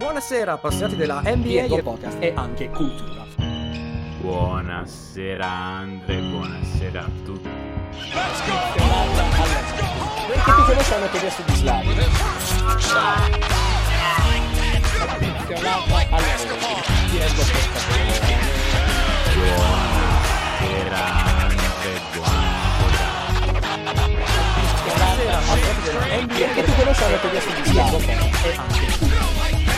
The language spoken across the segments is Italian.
Buonasera appassionati della NBA e podcast e anche cultura. Buonasera Andre, buonasera a tutti. Perché ti conosciamo che adesso di Slavio? Buonasera Andre, Buonasera appassionati della NBA e ti conosciamo che adesso di Slavio e anche cultura.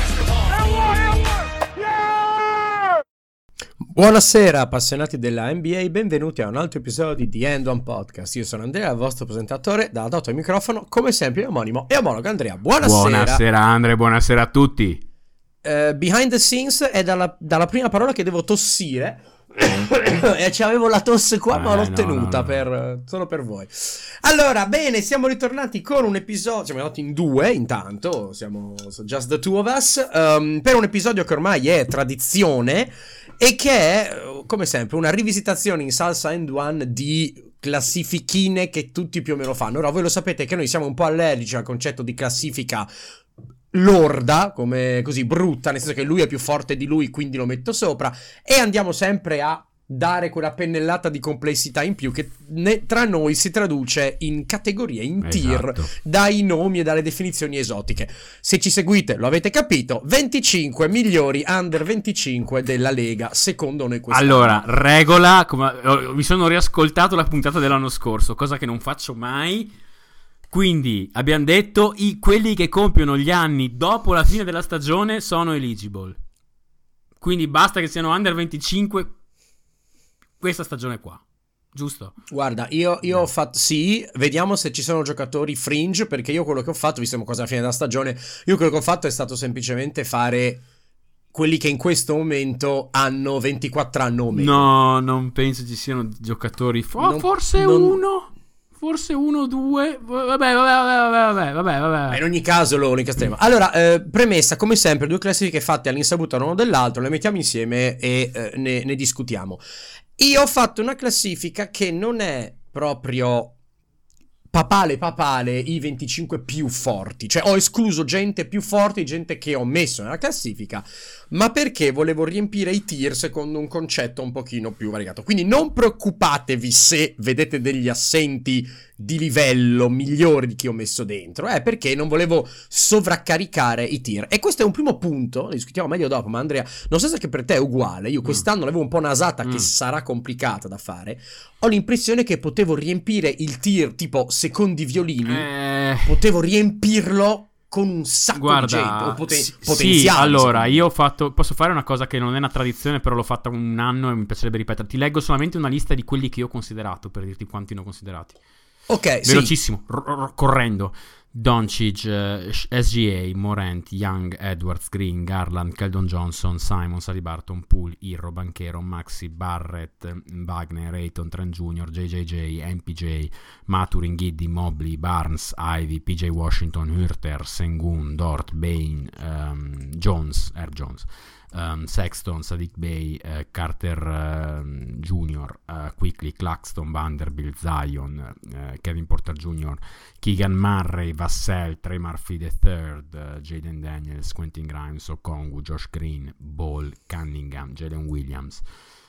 Buonasera appassionati della NBA, benvenuti a un altro episodio di The End One Podcast. Io sono Andrea, il vostro presentatore, dato al microfono, come sempre omonimo e omologo Andrea. Buonasera. Buonasera Andre, buonasera a tutti. Behind the scenes è dalla prima parola che devo tossire e c'avevo la tosse qua ma l'ho tenuta solo per voi. Allora, bene, siamo ritornati con un episodio, siamo andati in due intanto, siamo just the two of us, per un episodio che ormai è tradizione e che è, come sempre, una rivisitazione in salsa and one di classifichine che tutti più o meno fanno. Ora voi lo sapete che noi siamo un po' allergici al concetto di classifica lorda, come così brutta, nel senso che lui è più forte di lui quindi lo metto sopra, e andiamo sempre a dare quella pennellata di complessità in più che tra noi si traduce in categorie, in tier, dai nomi e dalle definizioni esotiche. Se ci seguite lo avete capito, 25 migliori under 25 della Lega secondo noi quest'anno. Allora, regola, mi sono riascoltato la puntata dell'anno scorso, cosa che non faccio mai. Quindi abbiamo detto quelli che compiono gli anni dopo la fine della stagione sono eligible. Quindi basta che siano under 25 questa stagione qua, giusto? Guarda, io ho fatto, sì, vediamo se ci sono giocatori fringe, perché io quello che ho fatto, visto quasi alla fine della stagione, io quello che ho fatto è stato semplicemente fare quelli che in questo momento hanno 24 anni o meno. No, non penso ci siano giocatori, forse uno o due. Vabbè. In ogni caso lo incastriamo. Allora, premessa, come sempre, due classifiche fatte all'insaputa l'uno dell'altro, le mettiamo insieme e ne discutiamo. Io ho fatto una classifica che non è proprio papale i 25 più forti, cioè ho escluso gente più forte, gente che ho messo nella classifica, ma perché volevo riempire i tier secondo un concetto un pochino più variegato. Quindi non preoccupatevi se vedete degli assenti di livello migliore di chi ho messo dentro, perché non volevo sovraccaricare i tier. E questo è un primo punto, ne discutiamo meglio dopo, ma Andrea, non so se anche per te è uguale, io quest'anno l'avevo un po' nasata che sarà complicata da fare, ho l'impressione che potevo riempire il tier tipo secondi violini, potevo riempirlo con un sacco di gente o potenziale. Sì, allora io posso fare una cosa che non è una tradizione, però l'ho fatta un anno e mi piacerebbe ripetere. Ti leggo solamente una lista di quelli che io ho considerato, per dirti quanti ne ho considerati. Ok, velocissimo, correndo: Doncic, SGA, Morant, Young, Edwards, Green, Garland, Keldon Johnson, Simons, Haliburton, Poole, Irro, Banchero, Maxi, Barrett, Wagner, Ayton, Trent Jr., JJJ, MPJ, Maturin, Giddey, Mobley, Barnes, Ivy, PJ Washington, Hurter, Sengun, Dort, Bane, Jones, Sexton, Sadiq Bey, Carter Jr., Quickly, Claxton, Vanderbilt, Zion, Kevin Porter Jr., Keegan Murray, Vassell, Trey Murphy III, Jaden Daniels, Quentin Grimes, Okongwu, Josh Green, Ball, Cunningham, Jalen Williams,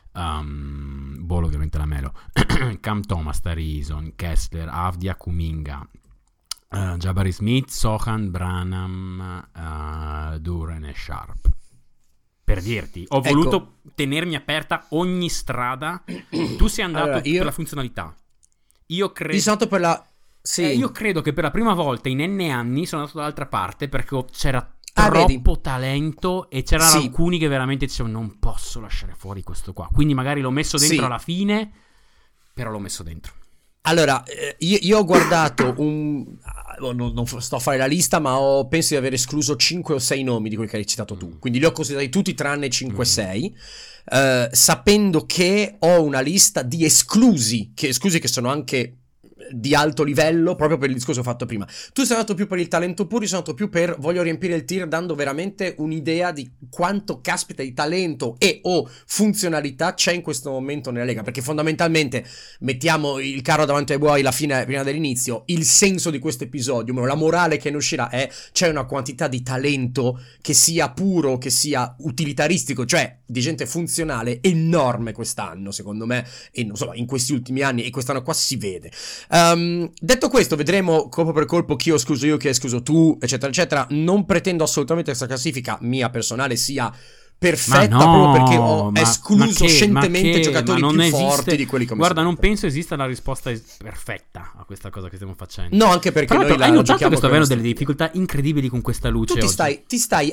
Ball ovviamente la Melo, Cam Thomas, Tarison, Kessler, Avdia, Kuminga, Jabari Smith, Sohan, Branham, Duren e Sharp. Per dirti, ho voluto tenermi aperta ogni strada. Tu sei andato per la funzionalità. Io credo per la... Sì. Io credo che per la prima volta in N anni sono andato dall'altra parte perché c'era troppo talento e c'erano alcuni che veramente dicevano non posso lasciare fuori questo qua. Quindi magari l'ho messo dentro alla fine, però l'ho messo dentro. Allora, io ho guardato non sto a fare la lista, ma penso di aver escluso 5 o 6 nomi di quelli che hai citato tu. Quindi li ho considerati tutti tranne 5-6, sapendo che ho una lista di esclusi che sono anche di alto livello, proprio per il discorso fatto prima. Tu sei andato più per il talento puro, io sono andato più per voglio riempire il tier dando veramente un'idea di quanto caspita di talento e o funzionalità c'è in questo momento nella Lega, perché fondamentalmente mettiamo il carro davanti ai buoi la fine prima dell'inizio. Il senso di questo episodio, la morale che ne uscirà è: c'è una quantità di talento, che sia puro, che sia utilitaristico, cioè di gente funzionale, enorme quest'anno, secondo me, e non so, in questi ultimi anni, e quest'anno qua si vede. Detto questo, vedremo colpo per colpo chi ho escluso io, chi hai escluso tu, eccetera eccetera. Non pretendo assolutamente che questa classifica mia personale sia perfetta, proprio perché ho escluso scientemente giocatori più forti di quelli che ho messo. Guarda, non penso esista la risposta perfetta a questa cosa che stiamo facendo. No, anche perché però noi hai notato che sto avendo delle difficoltà incredibili con questa luce. Tu ti stai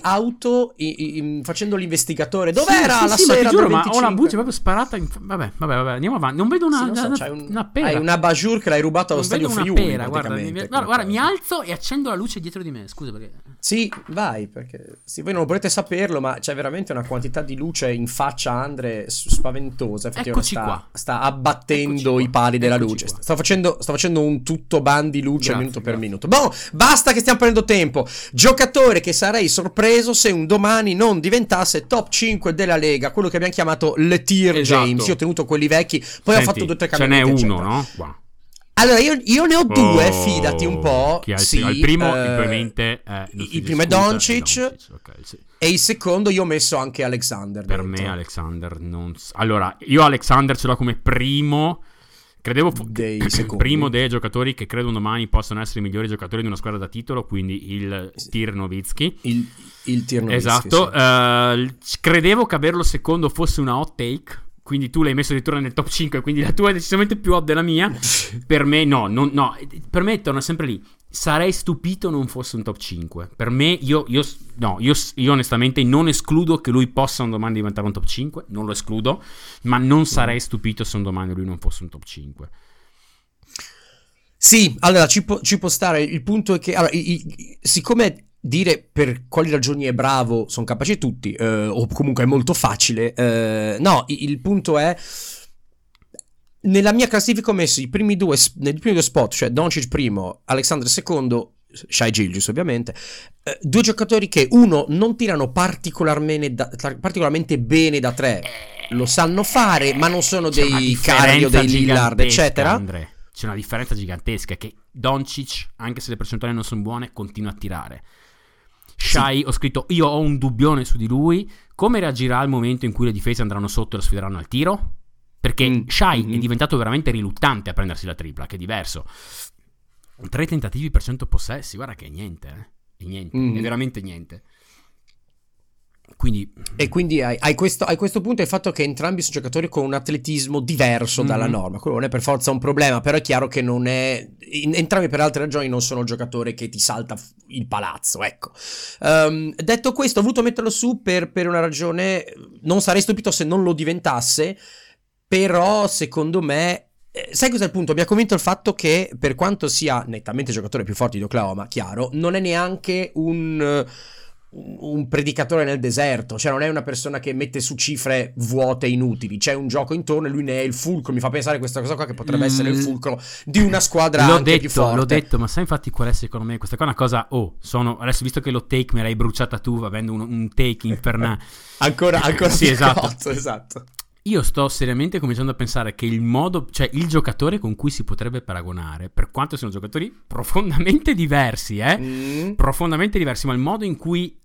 facendo l'investigatore. Dov'era la sì, sera? Ma ti giuro, del 25? ma ho la luce proprio sparata. Vabbè, andiamo avanti. Non vedo una pera. Hai un abajur che l'hai rubato allo stadio Friuli. Guarda, mi alzo e accendo la luce dietro di me. Scusa perché. Sì, vai, perché voi non volete saperlo, ma c'è veramente una quantità di luce in faccia a Andre spaventosa. Effettivamente sta abbattendo i pali della luce. Sta facendo un tutto bandi luce minuto per minuto. Boh, basta che stiamo prendendo tempo. Giocatore che sarei sorpreso se un domani non diventasse top 5 della Lega, quello che abbiamo chiamato le tier James. Io ho tenuto quelli vecchi, poi ho fatto 2 o 3 cambiamenti. Ce n'è uno, no? Qua. Allora io ne ho 2, fidati un po'. Il primo probabilmente il primo è Doncic, okay, sì. E il secondo io ho messo anche Alexander per dentro. Me Alexander non... Allora io Alexander ce l'ho come primo, credevo primo dei giocatori che credo domani possono essere i migliori giocatori di una squadra da titolo, quindi il Tir Nowitzki. Il Tir Nowitzki, esatto, sì. Credevo che averlo secondo fosse una hot take, quindi tu l'hai messo addirittura nel top 5, quindi la tua è decisamente più hot della mia. Per me no, per me torna sempre lì. Sarei stupito non fosse un top 5. Per me, io onestamente non escludo che lui possa un domani diventare un top 5, non lo escludo, ma non sarei stupito se un domani lui non fosse un top 5. Sì, allora ci può stare. Il punto è che allora, siccome dire per quali ragioni è bravo sono capaci tutti, o comunque è molto facile, no, il punto è: nella mia classifica ho messo nei primi due spot, cioè Doncic primo, Alexander secondo, Shai Gilgeous ovviamente, 2 giocatori che uno non tirano particolarmente bene da 3, lo sanno fare, ma non sono dei Curry o dei Lillard, eccetera. Andre, c'è una differenza gigantesca, che Doncic, anche se le percentuali non sono buone, continua a tirare. Shai, ho scritto, io ho un dubbione su di lui, come reagirà al momento in cui le difese andranno sotto e lo sfideranno al tiro? Perché Shai è diventato veramente riluttante a prendersi la tripla, che è diverso. 3 tentativi per 100 possessi, guarda che è niente, è niente, è veramente niente. Quindi hai questo punto il fatto che entrambi sono giocatori con un atletismo diverso dalla norma. Quello non è per forza un problema, però è chiaro che non è, entrambi per altre ragioni non sono giocatori che ti salta il palazzo, ecco. Detto questo, ho voluto metterlo su per una ragione. Non sarei stupito se non lo diventasse, però secondo me, sai cos'è il punto? Mi ha convinto il fatto che, per quanto sia nettamente il giocatore più forte di Oklahoma, chiaro, non è neanche un predicatore nel deserto, cioè non è una persona che mette su cifre vuote inutili, c'è un gioco intorno e lui ne è il fulcro. Mi fa pensare questa cosa qua che potrebbe essere il fulcro di una squadra più forte. L'ho detto, ma sai infatti qual è secondo me? Questa qua è una cosa, adesso visto che lo take me l'hai bruciata tu avendo un take infernale. ancora sì, esatto. Esatto. Io sto seriamente cominciando a pensare che il modo, cioè il giocatore con cui si potrebbe paragonare, per quanto siano giocatori profondamente diversi, profondamente diversi, ma il modo in cui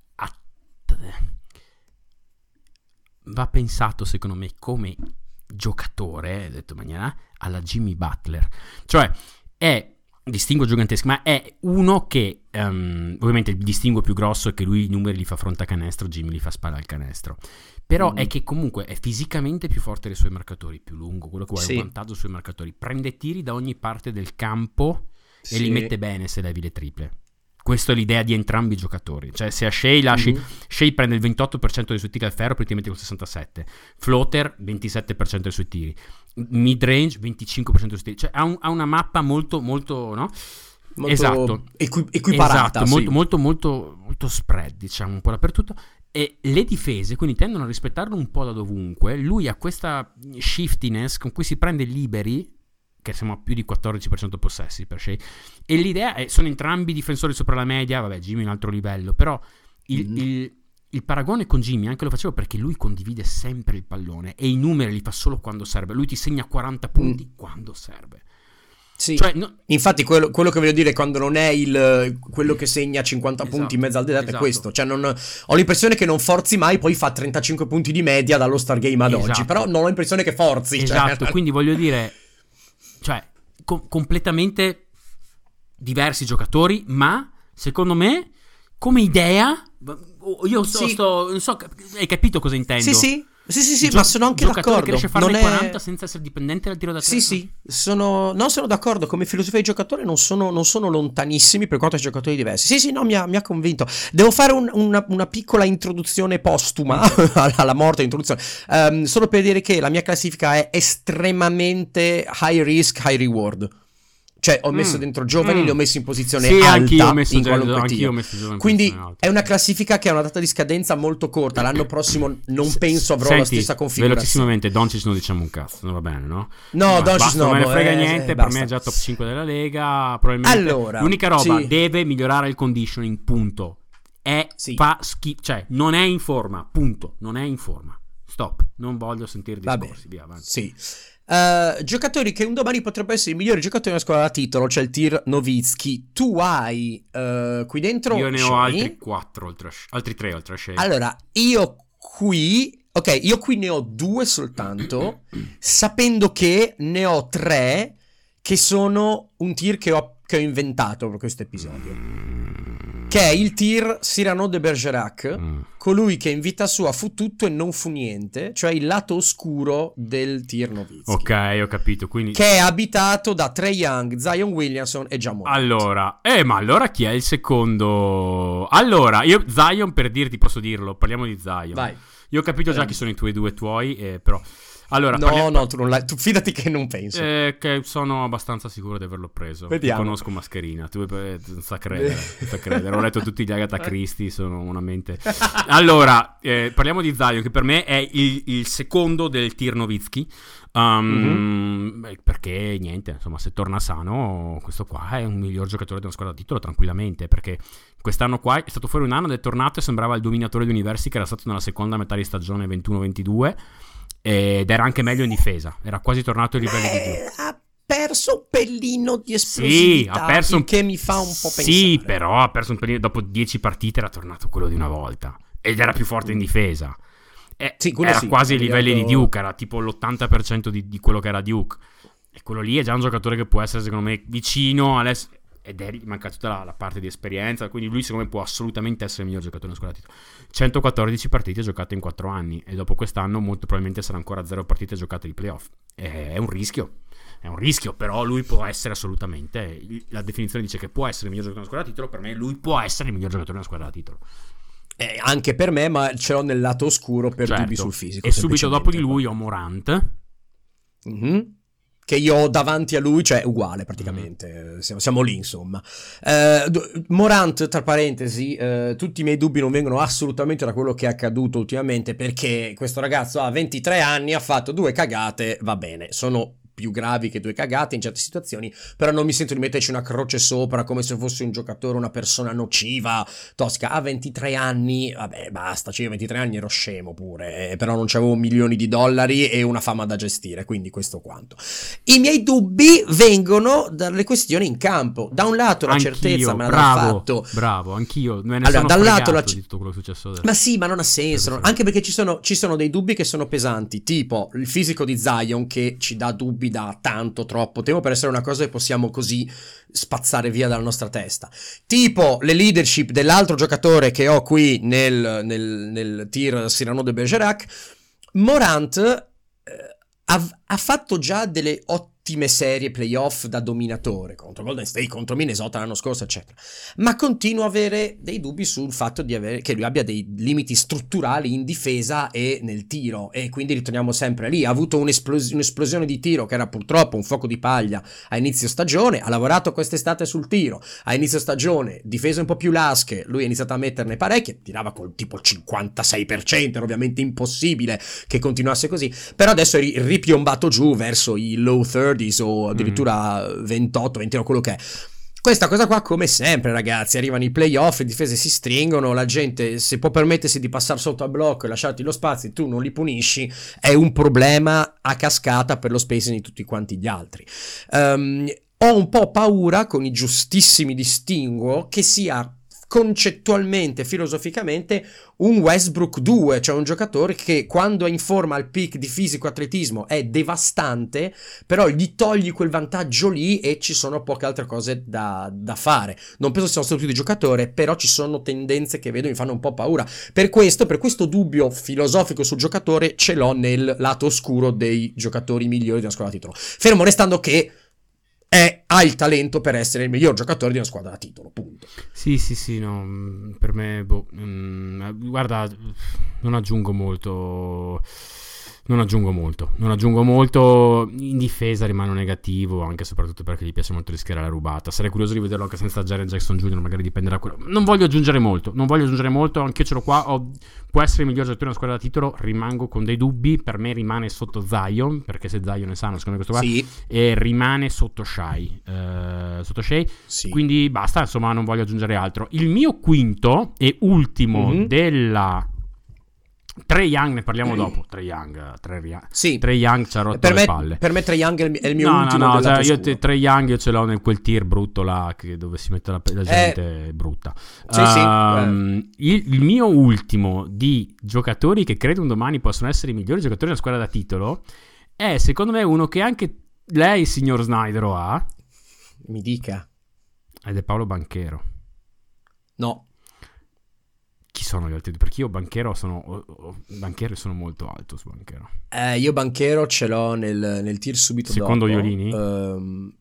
va pensato secondo me come giocatore, detto in maniera, alla Jimmy Butler, cioè è distinguo gigantesco, ma è uno che ovviamente il distinguo più grosso è che lui i numeri li fa fronte a canestro, Jimmy li fa spalla al canestro, però è che comunque è fisicamente più forte dei suoi marcatori, più lungo, quello che vuole, un vantaggio sui marcatori, prende tiri da ogni parte del campo e li mette bene se levi le triple. Questa è l'idea di entrambi i giocatori. Cioè, se a Shai lasci, Shai prende il 28% dei suoi tiri al ferro, praticamente con 67, floater 27% dei suoi tiri, mid range 25% dei suoi tiri. Cioè ha una mappa molto molto, no? Molto esatto, equiparata, esatto, molto spread, diciamo, un po' dappertutto. E le difese quindi tendono a rispettarlo un po' da dovunque. Lui ha questa shiftiness con cui si prende liberi che siamo a più di 14% possessi per Shea, e l'idea è, sono entrambi difensori sopra la media, vabbè, Jimmy è un altro livello, però il paragone con Jimmy anche lo facevo perché lui condivide sempre il pallone e i numeri li fa solo quando serve, lui ti segna 40 punti quando serve. Sì, cioè, infatti quello che voglio dire quando non è quello che segna 50 punti in mezzo al deserto è questo, cioè ho l'impressione che non forzi mai, poi fa 35 punti di media dallo Stargame ad oggi, però non ho l'impressione che forzi. Esatto, quindi voglio dire, cioè completamente diversi giocatori, ma secondo me come idea io non so, hai capito cosa intendo? Sì, ma sono anche d'accordo. Che riesce a farne 40 senza essere dipendente dal tiro da tre. Sì, sono d'accordo. Come filosofia di giocatore non sono lontanissimi per quanto ai giocatori diversi. Sì, no, mi ha convinto. Devo fare una piccola introduzione postuma alla morte, introduzione. Solo per dire che la mia classifica è estremamente high risk, high reward. Cioè ho messo dentro giovani, li ho messi in posizione alta anch'io ho messo in qualunque tiro. Quindi è una classifica che ha una data di scadenza molto corta. L'anno prossimo non penso avrò la stessa configurazione. Velocissimamente, Doncic non diciamo un cazzo, non va bene, no? No, Doncic no. Non me ne frega niente, per me è già top 5 della Lega. Probabilmente allora, l'unica roba, deve migliorare il conditioning, punto. Fa schifo, cioè non è in forma, punto. Non è in forma. Stop, non voglio sentire discorsi. Via, avanti. Sì. Giocatori che un domani potrebbero essere i migliori giocatori della squadra da titolo, c'è il tir Nowitzki. Tu hai qui dentro io ne ho altri 4 altri 3 oltre a Shea. Allora io qui ne ho 2 soltanto sapendo che ne ho 3 che sono un tir che ho inventato per questo episodio, che è il tir Cyrano de Bergerac, colui che in vita sua fu tutto e non fu niente, cioè il lato oscuro del tir Nowitzki. Ok, ho capito, quindi che è abitato da Trae Young, Zion Williamson e Ja Morant. Ma allora chi è il secondo? Allora, io Zion, per dirti, posso dirlo, parliamo di Zion. Vai. Io ho capito già chi sono i tuoi tuoi, però allora, tu fidati che non penso. Che sono abbastanza sicuro di averlo preso. Vediamo. Ti conosco mascherina, tu non sa credere. Ho letto tutti gli Agatha Christie, sono una mente. Allora, parliamo di Zion, che per me è il secondo del tir Nowitzki. Perché niente, insomma, se torna sano, questo qua è un miglior giocatore di una squadra da titolo tranquillamente, perché quest'anno qua è stato fuori un anno ed è tornato e sembrava il dominatore di universi che era stato nella seconda metà di stagione 21-22 ed era anche meglio in difesa, era quasi tornato ai livelli di Duke. Ha perso un pellino di esplosività, ha perso che mi fa un po' pensare. Sì, però ha perso un pellino, dopo 10 partite era tornato quello di una volta ed era più forte in difesa. Era quasi ai livelli di Duke, era tipo l'80% di quello che era Duke, e quello lì è già un giocatore che può essere secondo me vicino ed è manca tutta la parte di esperienza, quindi lui secondo me può assolutamente essere il miglior giocatore nella squadra titolo. 114 partite giocate in 4 anni e dopo quest'anno molto probabilmente sarà ancora 0 partite giocate di playoff. È un rischio, però lui può essere assolutamente, la definizione dice che può essere il miglior giocatore nella squadra titolo, per me lui può essere il miglior giocatore nella squadra titolo. Anche per me, ma ce l'ho nel lato oscuro per dubbi sul fisico. E subito dopo di lui ho Morant, che io ho davanti a lui, cioè uguale praticamente. Siamo lì, insomma. Morant, tra parentesi, tutti i miei dubbi non vengono assolutamente da quello che è accaduto ultimamente, perché questo ragazzo ha 23 anni, ha fatto 2 cagate, va bene, sono più gravi che 2 cagate in certe situazioni, però non mi sento di metterci una croce sopra come se fosse un giocatore, una persona nociva, tosca. A 23 anni, vabbè, basta, cioè a 23 anni ero scemo pure, però non c'avevo milioni di dollari e una fama da gestire, quindi questo quanto. I miei dubbi vengono dalle questioni in campo. Da un lato la certezza me l'ha fatto. Bravo, anch'io. Me ne allora, sono dal lato di tutto quello che è successo adesso. Ma sì, ma non ha senso, anche perché ci sono dei dubbi che sono pesanti, tipo il fisico di Zion che ci dà dubbi da troppo tempo per essere una cosa che possiamo così spazzare via dalla nostra testa, tipo le leadership dell'altro giocatore che ho qui nel tir Cyrano de Bergerac. Morant ha fatto già delle ottime serie playoff da dominatore contro Golden State, contro Minnesota l'anno scorso, eccetera, ma continuo a avere dei dubbi sul fatto che lui abbia dei limiti strutturali in difesa e nel tiro, e quindi ritorniamo sempre lì. Ha avuto un'esplosione di tiro che era purtroppo un fuoco di paglia a inizio stagione, ha lavorato quest'estate sul tiro, a inizio stagione difese un po' più lasche, lui ha iniziato a metterne parecchie, tirava col tipo 56%, era ovviamente impossibile che continuasse così, però adesso è ripiombato giù verso i low 30, birdies o addirittura 28, 29, quello che è. Questa cosa qua, come sempre, ragazzi, arrivano i playoff, le difese si stringono, la gente, se può permettersi di passare sotto al blocco e lasciarti lo spazio e tu non li punisci, è un problema a cascata per lo spacing di tutti quanti gli altri. Ho un po' paura, con i giustissimi distinguo, che sia concettualmente, filosoficamente, un Westbrook 2, cioè un giocatore che quando è in forma al peak di fisico-atletismo è devastante, però gli togli quel vantaggio lì e ci sono poche altre cose da fare. Non penso siano tutti di giocatore, però ci sono tendenze che vedo mi fanno un po' paura. Per questo dubbio filosofico sul giocatore ce l'ho nel lato oscuro dei giocatori migliori di una squadra da titolo. Fermo restando che ha il talento per essere il miglior giocatore di una squadra da titolo, punto. Sì, no, per me, guarda, non aggiungo molto, in difesa rimane negativo, anche e soprattutto perché gli piace molto rischiare la rubata. Sarei curioso di vederlo anche senza Jaren Jackson Jr., magari dipende da quello. Non voglio aggiungere molto, anche io ce l'ho qua, può essere il miglior giocatore di una squadra da titolo, rimango con dei dubbi, per me rimane sotto Zion, perché se Zion è sano, secondo me questo qua, sì. E rimane sotto Shai, sì. Quindi basta, insomma, non voglio aggiungere altro. Il mio quinto e ultimo della... Trae Young, ne parliamo dopo. Trae Young ci ha rotto le palle. Per me Trae Young è il mio ultimo. No, cioè Trae Young io ce l'ho in quel tier brutto là dove si mette la gente brutta. Il mio ultimo di giocatori che credo un domani possono essere i migliori giocatori della squadra da titolo è, secondo me, uno che anche lei, signor Snyder, ha. Mi dica. Ed è Paolo Banchero. No. Chi sono gli altri? Perché io Banchero sono molto alto su Banchero. Io Banchero ce l'ho nel tier subito secondo dopo. Iolini?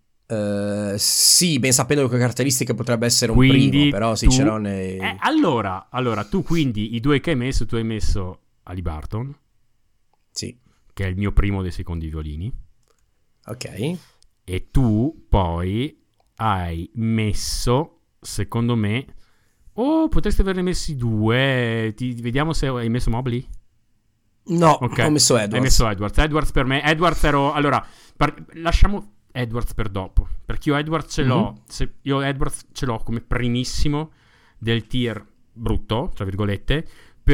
Sì, ben sapendo che caratteristiche potrebbe essere quindi un primo, però sì, ce l'ho nei... allora, tu quindi i due che hai messo, tu hai messo Haliburton. Sì. Che è il mio primo dei secondi violini. Ok. E tu poi hai messo, secondo me... potresti averne messi due. Vediamo se hai messo Mobley. No, ho messo Edwards. Hai messo Edwards per me. Edwards ero... Allora, lasciamo Edwards per dopo. Perché io Edwards ce l'ho. Io Edwards ce l'ho come primissimo del tier brutto, tra virgolette.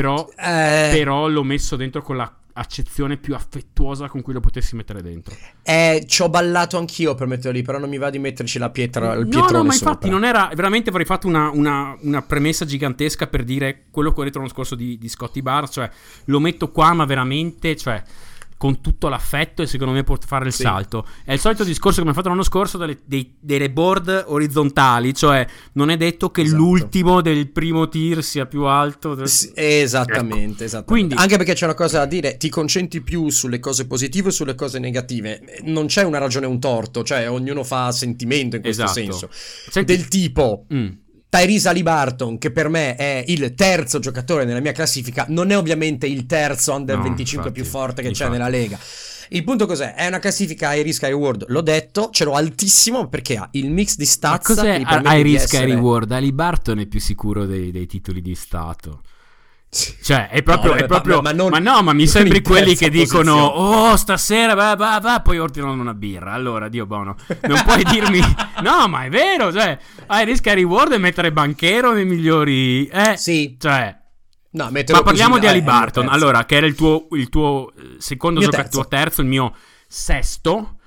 Però l'ho messo dentro con la accezione più affettuosa con cui lo potessi mettere dentro. Ci ho ballato anch'io per metterlo lì, però non mi va di metterci il pietrone no, ma infatti sopra. Non era, veramente avrei fatto una premessa gigantesca per dire quello che ho detto l'anno scorso di Scottie Barnes, cioè lo metto qua ma veramente, cioè con tutto l'affetto, e secondo me può fare il salto. È il solito discorso che mi ha fatto l'anno scorso delle board orizzontali, cioè non è detto che l'ultimo del primo tier sia più alto esattamente. Quindi, anche perché c'è una cosa da dire: ti concentri più sulle cose positive o sulle cose negative. Non c'è una ragione e un torto, cioè ognuno fa sentimento in questo senso. Del tipo Tyrese Haliburton, che per me è il terzo giocatore nella mia classifica, non è ovviamente il terzo under 25 più forte che c'è nella Lega. Il punto cos'è? È una classifica high risk high reward, l'ho detto, ce l'ho altissimo perché ha il mix di stats. Ma cos'è high risk high reward? Haliburton è più sicuro dei titoli di stato. Cioè è proprio ma mi sembri quelli che dicono stasera va, poi ordinano una birra. Allora, Dio buono, non puoi dirmi no, ma è vero, cioè high risk high reward è mettere Banchero nei migliori, sì, cioè no, ma parliamo di Haliburton, allora, che era il tuo secondo giocatore, tuo terzo, il mio sesto,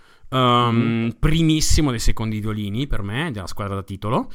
primissimo dei secondi violini per me della squadra da titolo.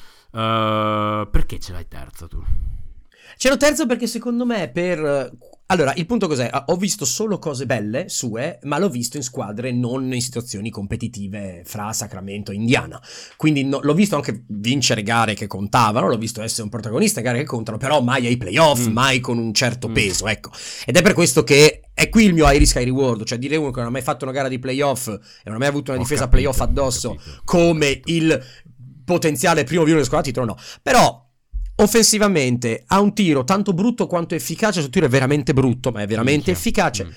Perché ce l'hai terzo tu? C'è lo terzo perché secondo me allora, il punto cos'è? Ho visto solo cose belle sue, ma l'ho visto in squadre non in situazioni competitive fra Sacramento e Indiana. Quindi l'ho visto anche vincere gare che contavano, l'ho visto essere un protagonista in gare che contano, però mai ai playoff, mai con un certo peso, ecco. Ed è per questo che è qui il mio high risk high reward, cioè dire uno che non ha mai fatto una gara di playoff e non ha mai avuto una difesa playoff addosso come il potenziale primo violino della squadra titolo, no. Però offensivamente ha un tiro tanto brutto quanto efficace. Sul tiro è veramente brutto, ma è veramente efficace.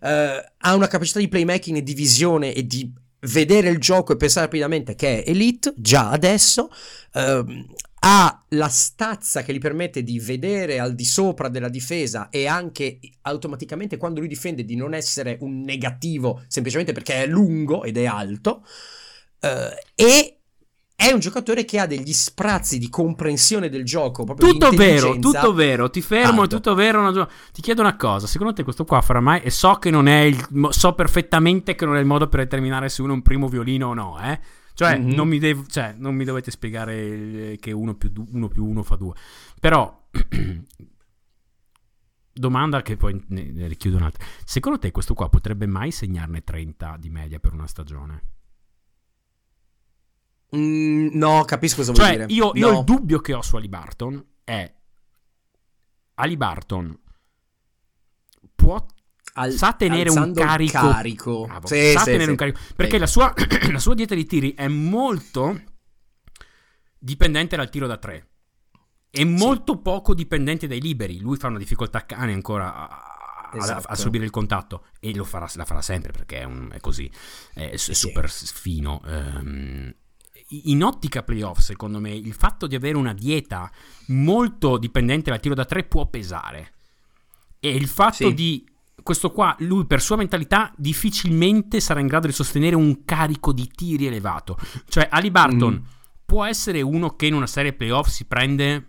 Ha una capacità di playmaking e di visione e di vedere il gioco e pensare rapidamente che è elite già adesso. ha la stazza che gli permette di vedere al di sopra della difesa e anche automaticamente quando lui difende di non essere un negativo semplicemente perché è lungo ed è alto, e è un giocatore che ha degli sprazzi di comprensione del gioco, proprio tutto di vero, intelligenza. tutto vero, ti fermo, è tutto vero. Ti chiedo una cosa, secondo te questo qua farà mai, e so che non è so perfettamente che non è il modo per determinare se uno è un primo violino o no, cioè, non mi dovete spiegare che 1 più 1 fa 2. Però, domanda che poi ne richiudo un'altra. Secondo te questo qua potrebbe mai segnarne 30 di media per una stagione? No, capisco cosa vuoi dire. Io il dubbio che ho su Haliburton è Haliburton sa tenere un carico. Bravo, tenere un carico, perché la sua dieta di tiri è molto dipendente dal tiro da 3 e molto poco dipendente dai liberi. Lui fa una difficoltà cane ancora a subire il contatto, e la farà sempre perché è così, è super fino. In ottica playoff, secondo me, il fatto di avere una dieta molto dipendente dal tiro da 3 può pesare, e il fatto di questo qua, lui per sua mentalità difficilmente sarà in grado di sostenere un carico di tiri elevato. Cioè Haliburton può essere uno che in una serie playoff si prende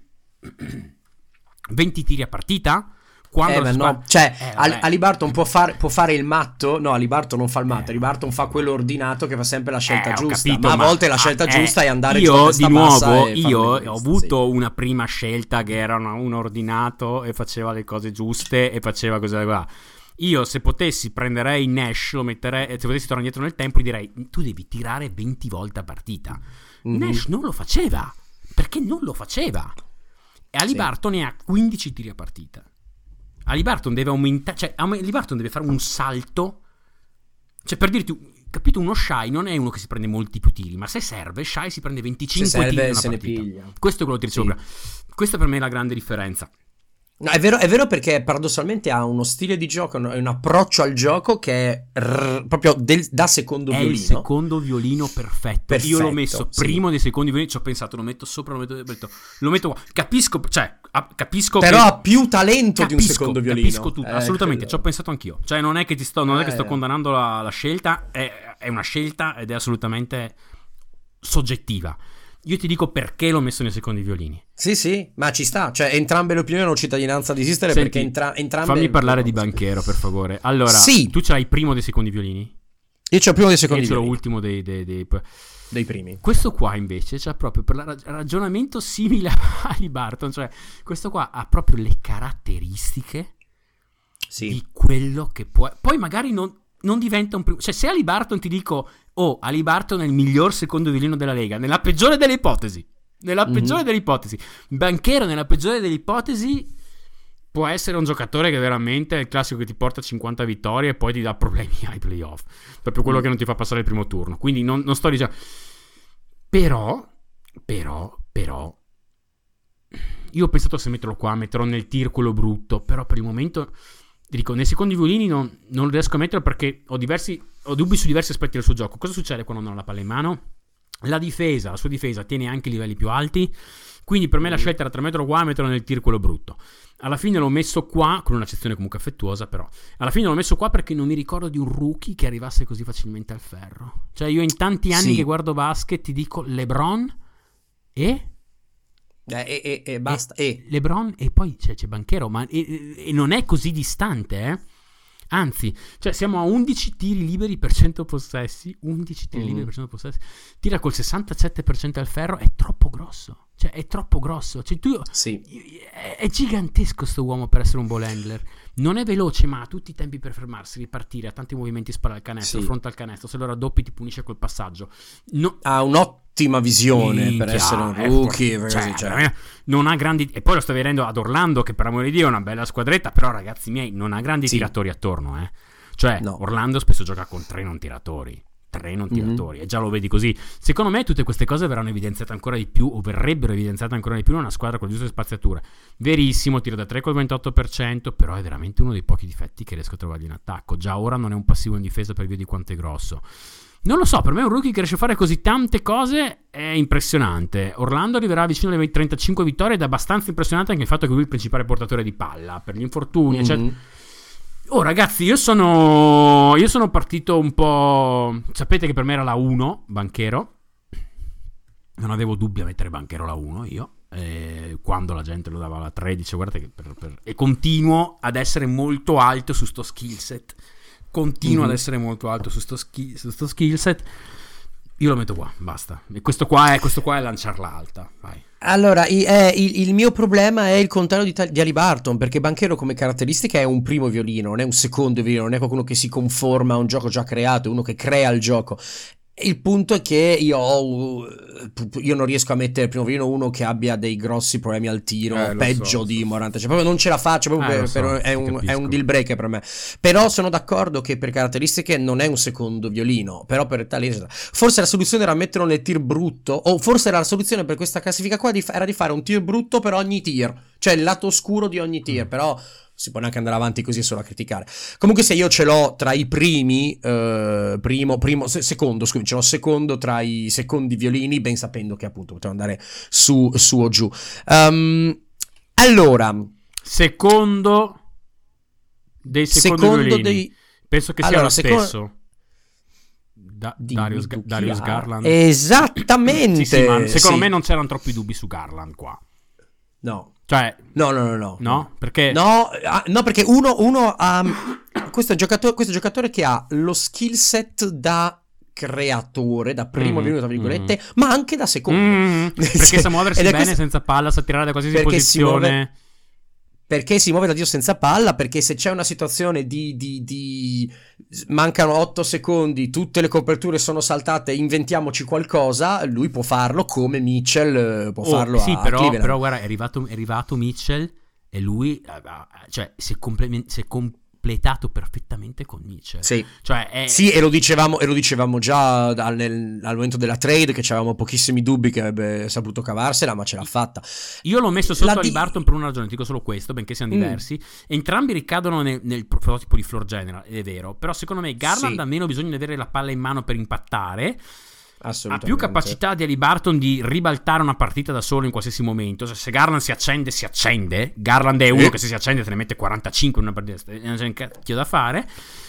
20 tiri a partita, Haliburton può fare il matto. No, Haliburton non fa il matto. Haliburton fa quello ordinato che fa sempre la scelta giusta. Capito, ma a volte la scelta giusta è andare io di nuovo ho avuto una prima scelta che era un ordinato e faceva le cose giuste e faceva cose qua. Io se potessi prenderei Nash, lo metterei, se potessi tornare indietro nel tempo, gli direi tu devi tirare 20 volte a partita. Nash non lo faceva, perché non lo faceva, e Haliburton ne ha 15 tiri a partita. Haliburton deve aumentare, cioè Haliburton deve fare un salto, cioè per dirti, capito, uno Shai non è uno che si prende molti più tiri, ma se serve Shai si prende 25 tiri in una partita. Questo è quello che ti dicevo prima. Questa per me è la grande differenza. No, è vero perché paradossalmente ha uno stile di gioco e un approccio al gioco che è proprio da secondo violino. È il secondo violino perfetto. Io l'ho messo primo dei secondi violini, ci ho pensato, lo metto sopra, lo metto qua. Capisco però ha più talento di un secondo violino. Capisco tutto, assolutamente, ci ho pensato anch'io. Cioè non è che non è che sto condannando la scelta, è una scelta ed è assolutamente soggettiva. Io ti dico perché l'ho messo nei secondi violini. Sì, ma ci sta. Cioè, entrambe le opinioni hanno cittadinanza di esistere. Senti, perché entrambe. Fammi parlare di Banchero, per favore. Allora, tu ce l'hai il primo dei secondi violini? Io c'ho il primo dei secondi violini. Io c'ho l'ultimo dei primi. Questo qua invece c'ha proprio per ragionamento simile a Haliburton. Cioè, questo qua ha proprio le caratteristiche di quello che può. Poi magari non diventa un primo. Cioè, se Haliburton ti dico, Haliburton è il miglior secondo violino della Lega, nella peggiore delle ipotesi. Banchero, nella peggiore delle ipotesi, può essere un giocatore che veramente è il classico che ti porta a 50 vittorie e poi ti dà problemi ai playoff. Proprio quello che non ti fa passare il primo turno. Quindi non sto dicendo. Però. Io ho pensato se metterlo qua, metterò nel tir quello brutto. Però per il momento. Ti dico, nei secondi violini non riesco a metterlo perché ho dubbi su diversi aspetti del suo gioco. Cosa succede quando non ha la palla in mano? La sua difesa tiene anche livelli più alti, quindi per me la scelta era tra metterlo qua e metterlo nel tir quello brutto. Alla fine l'ho messo qua, con un'accezione comunque affettuosa, però alla fine l'ho messo qua perché non mi ricordo di un rookie che arrivasse così facilmente al ferro. Cioè io in tanti anni che guardo basket ti dico LeBron e basta. LeBron e poi c'è Banchero, ma e non è così distante, Anzi, cioè siamo a 11 tiri liberi per 100 possessi. 11 tiri liberi per 100 possessi. Tira col 67% al ferro. È troppo grosso. Cioè è troppo grosso. Cioè, è gigantesco sto uomo per essere un ball handler. Non è veloce, ma ha tutti i tempi per fermarsi, ripartire, ha tanti movimenti, spara al canestro, fronte al canestro. Se lo raddoppi ti punisce col passaggio. Ha un'ottima visione per essere un rookie. Non ha grandi. E poi lo sto vedendo ad Orlando, che per amore di Dio è una bella squadretta. Però ragazzi miei, non ha grandi tiratori attorno, Cioè Orlando spesso gioca con 3 non tiratori. E già lo vedi così. Secondo me tutte queste cose verranno evidenziate ancora di più, o verrebbero evidenziate ancora di più in una squadra con le giuste spaziature. Verissimo, tiro da 3 col 28%, però è veramente uno dei pochi difetti che riesco a trovargli in attacco. Già ora non è un passivo in difesa per via di quanto è grosso. Non lo so, per me un rookie che riesce a fare così tante cose è impressionante. Orlando arriverà vicino alle 35 vittorie ed è abbastanza impressionante anche il fatto che lui è il principale portatore di palla per gli infortuni, eccetera. Oh ragazzi, io sono partito un po'... Sapete che per me era la 1, Banchero. Non avevo dubbi a mettere Banchero la 1 io. Quando la gente lo dava la 3, dice guardate che e continuo ad essere molto alto su sto skill set. Ad essere molto alto su sto skill set. Io lo metto qua, basta. E questo qua è lanciarla alta. Vai. Allora, il mio problema è il contrario di Haliburton, perché Banchero come caratteristica è un primo violino, non è un secondo violino, non è qualcuno che si conforma a un gioco già creato, è uno che crea il gioco. Il punto è che io non riesco a mettere primo violino uno che abbia dei grossi problemi al tiro, peggio di Morant, cioè proprio non ce la faccio, proprio è un deal breaker per me. Però sono d'accordo che per caratteristiche non è un secondo violino, però per talento forse la soluzione era metterlo nel tier brutto, o forse la soluzione per questa classifica qua era di fare un tier brutto per ogni tier, cioè il lato oscuro di ogni tier, però si può neanche andare avanti così solo a criticare. Comunque se io ce l'ho tra i primi secondo ce l'ho secondo tra i secondi violini, ben sapendo che appunto potevo andare su o giù. Allora, secondo dei secondi violini penso che sia lo stesso. Darius Garland. Esattamente. Sì, ma secondo me non c'erano troppi dubbi su Garland qua. No. Cioè, no. No? Perché? No, perché uno ha questo giocatore che ha lo skill set da creatore, da primo violino tra virgolette, ma anche da secondo. Perché sa muoversi bene senza palla, sa tirare da qualsiasi posizione. Perché si muove da Dio senza palla, perché se c'è una situazione di mancano 8 secondi, tutte le coperture sono saltate, inventiamoci qualcosa, lui può farlo come Mitchell può farlo sì, a però Cleveland. Guarda, è arrivato Mitchell e lui cioè si è completato perfettamente con Mitchell. Sì, cioè sì, e lo dicevamo già al momento della trade, che avevamo pochissimi dubbi che avrebbe saputo cavarsela, ma ce l'ha fatta. Io l'ho messo sotto Haliburton per una ragione, dico solo questo, benché siano diversi. Entrambi ricadono nel prototipo di floor general, è vero, però secondo me Garland ha meno bisogno di avere la palla in mano per impattare. Ha più capacità di Haliburton di ribaltare una partita da solo in qualsiasi momento. Cioè, se Garland si accende. Garland è uno che se si accende te ne mette 45 in una partita, non c'è un cacchio da fare.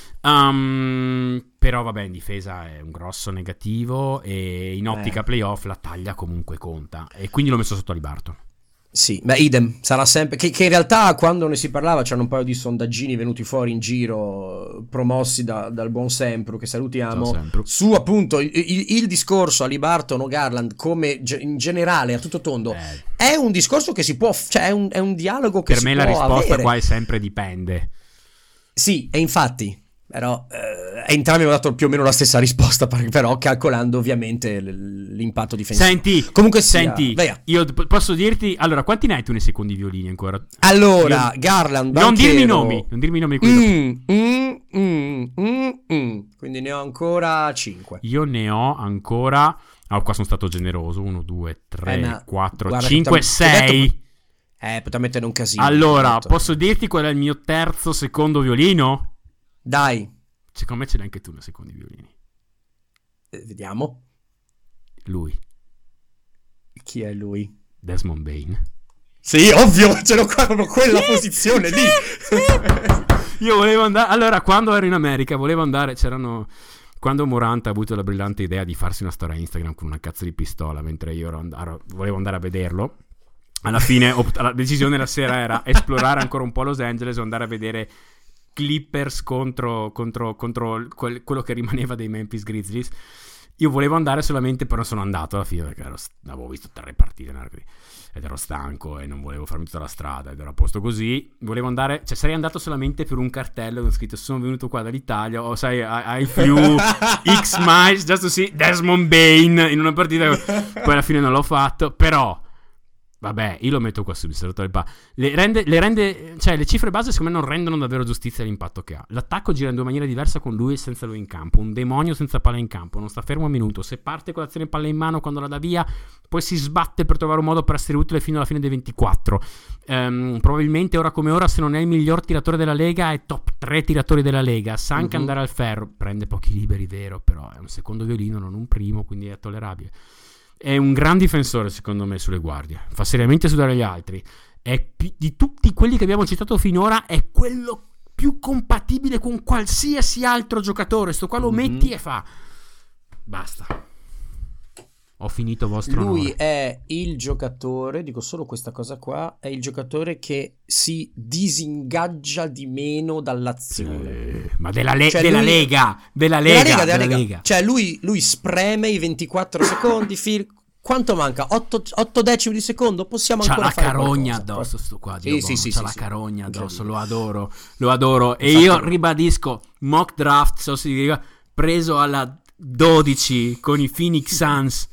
Però vabbè, in difesa è un grosso negativo e in ottica playoff la taglia comunque conta, e quindi l'ho messo sotto Haliburton. Sì, ma idem, sarà sempre che in realtà quando ne si parlava c'erano un paio di sondaggini venuti fuori in giro promossi dal buon Sempro, che salutiamo, su appunto il discorso Haliburton o Garland come in generale a tutto tondo è un discorso che si può, cioè è un dialogo che per si me può la risposta avere. Qua è sempre dipende. Sì, e infatti però entrambi hanno dato più o meno la stessa risposta, però calcolando ovviamente l'impatto difensivo. Senti, io posso dirti, allora, quanti ne hai tu nei secondi violini ancora? Allora, Garland, non dirmi i nomi quindi ne ho ancora 5. Io ne ho ancora, qua sono stato generoso, 1, 2, 3, 4, 5, 6. Poteva mettere un casino. Allora, posso dirti qual è il mio terzo secondo violino? Dai. Secondo me ce l'hai anche tu nei secondi violini. Vediamo. Lui. Chi è lui? Desmond Bane. Sì, ovvio, ce l'ho qua, proprio quella posizione lì. Io volevo andare, allora, quando ero in America volevo andare, quando Morant ha avuto la brillante idea di farsi una storia Instagram con una cazzo di pistola, mentre io volevo andare a vederlo. Alla fine la decisione la sera era esplorare ancora un po' Los Angeles o andare a vedere Clippers contro quello che rimaneva dei Memphis Grizzlies. Io volevo andare solamente, però sono andato alla fine perché avevo visto 3 partite ed ero stanco e non volevo farmi tutta la strada ed ero a posto così. Volevo andare, cioè sarei andato solamente per un cartello con scritto sono venuto qua dall'Italia, o sai, I flew X miles just to see Desmond Bane in una partita. Poi alla fine non l'ho fatto, però Vabbè, io lo metto qua subito. Cioè, le cifre base secondo me non rendono davvero giustizia all'impatto che ha. L'attacco gira in due maniere diverse con lui e senza lui in campo. Un demonio senza palla in campo, non sta fermo un minuto. Se parte con l'azione palla in mano quando la dà via, poi si sbatte per trovare un modo per essere utile fino alla fine dei 24. Probabilmente ora come ora, se non è il miglior tiratore della Lega, è top 3 tiratori della Lega. Sa anche andare al ferro. Prende pochi liberi, vero, però è un secondo violino, non un primo, quindi è tollerabile. È un gran difensore secondo me sulle guardie, fa seriamente sudare gli altri, di tutti quelli che abbiamo citato finora è quello più compatibile con qualsiasi altro giocatore. Sto qua lo metti e fa basta, ho finito vostro lui onore. È il giocatore, dico solo questa cosa qua, è il giocatore che disingaggia di meno dall'azione. Ma della Lega. Cioè lui spreme i 24 secondi, quanto manca? 8 decimi di secondo? Possiamo ancora fare qualcosa. C'ha la carogna addosso sto qua, c'ha la carogna addosso, lo adoro. E io ribadisco, mock draft, si dica, preso alla 12 con i Phoenix Suns.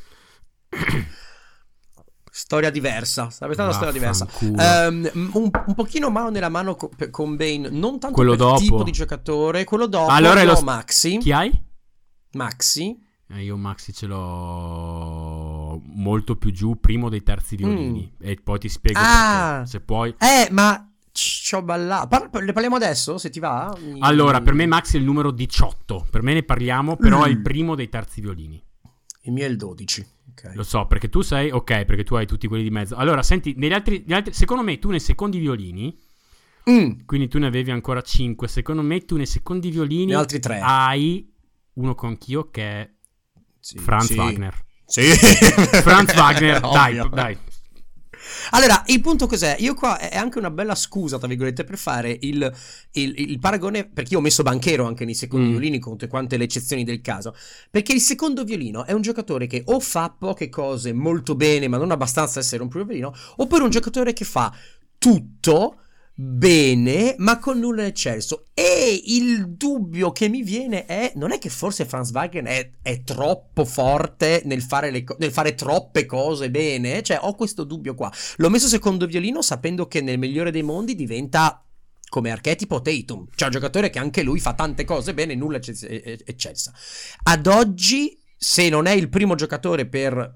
Storia diversa, sarebbe stata una storia diversa. Un pochino mano nella mano con Bane, non tanto quello per dopo. Tipo di giocatore, quello dopo. Allora Maxi. Chi hai? Maxi. Io Maxi ce l'ho molto più giù, primo dei terzi violini. E poi ti spiego perché, se puoi. Ma ci ho ballato. Ne parliamo adesso, se ti va? Allora, per me Maxi è il numero 18. Per me ne parliamo, però è il primo dei terzi violini. Il mio è il 12. Okay. Lo so, perché tu sei perché tu hai tutti quelli di mezzo. Allora, senti, negli altri secondo me tu nei secondi violini, quindi tu ne avevi ancora 5. Secondo me tu nei secondi violini altri 3 hai uno con anch'io che è Franz Wagner. Sì. Franz Wagner, dai. Allora, il punto cos'è? Io qua è anche una bella scusa, tra virgolette, per fare il paragone, perché io ho messo Banchero anche nei secondi violini, con tutte quante le eccezioni del caso, perché il secondo violino è un giocatore che o fa poche cose molto bene, ma non abbastanza da essere un primo violino, oppure un giocatore che fa tutto bene ma con nulla in eccesso. E il dubbio che mi viene non è che forse Franz Wagner è troppo forte nel fare troppe cose bene, cioè ho questo dubbio qua. L'ho messo secondo violino sapendo che nel migliore dei mondi diventa come archetipo Tatum, cioè un giocatore che anche lui fa tante cose bene, nulla eccessa. Ad oggi, se non è il primo giocatore per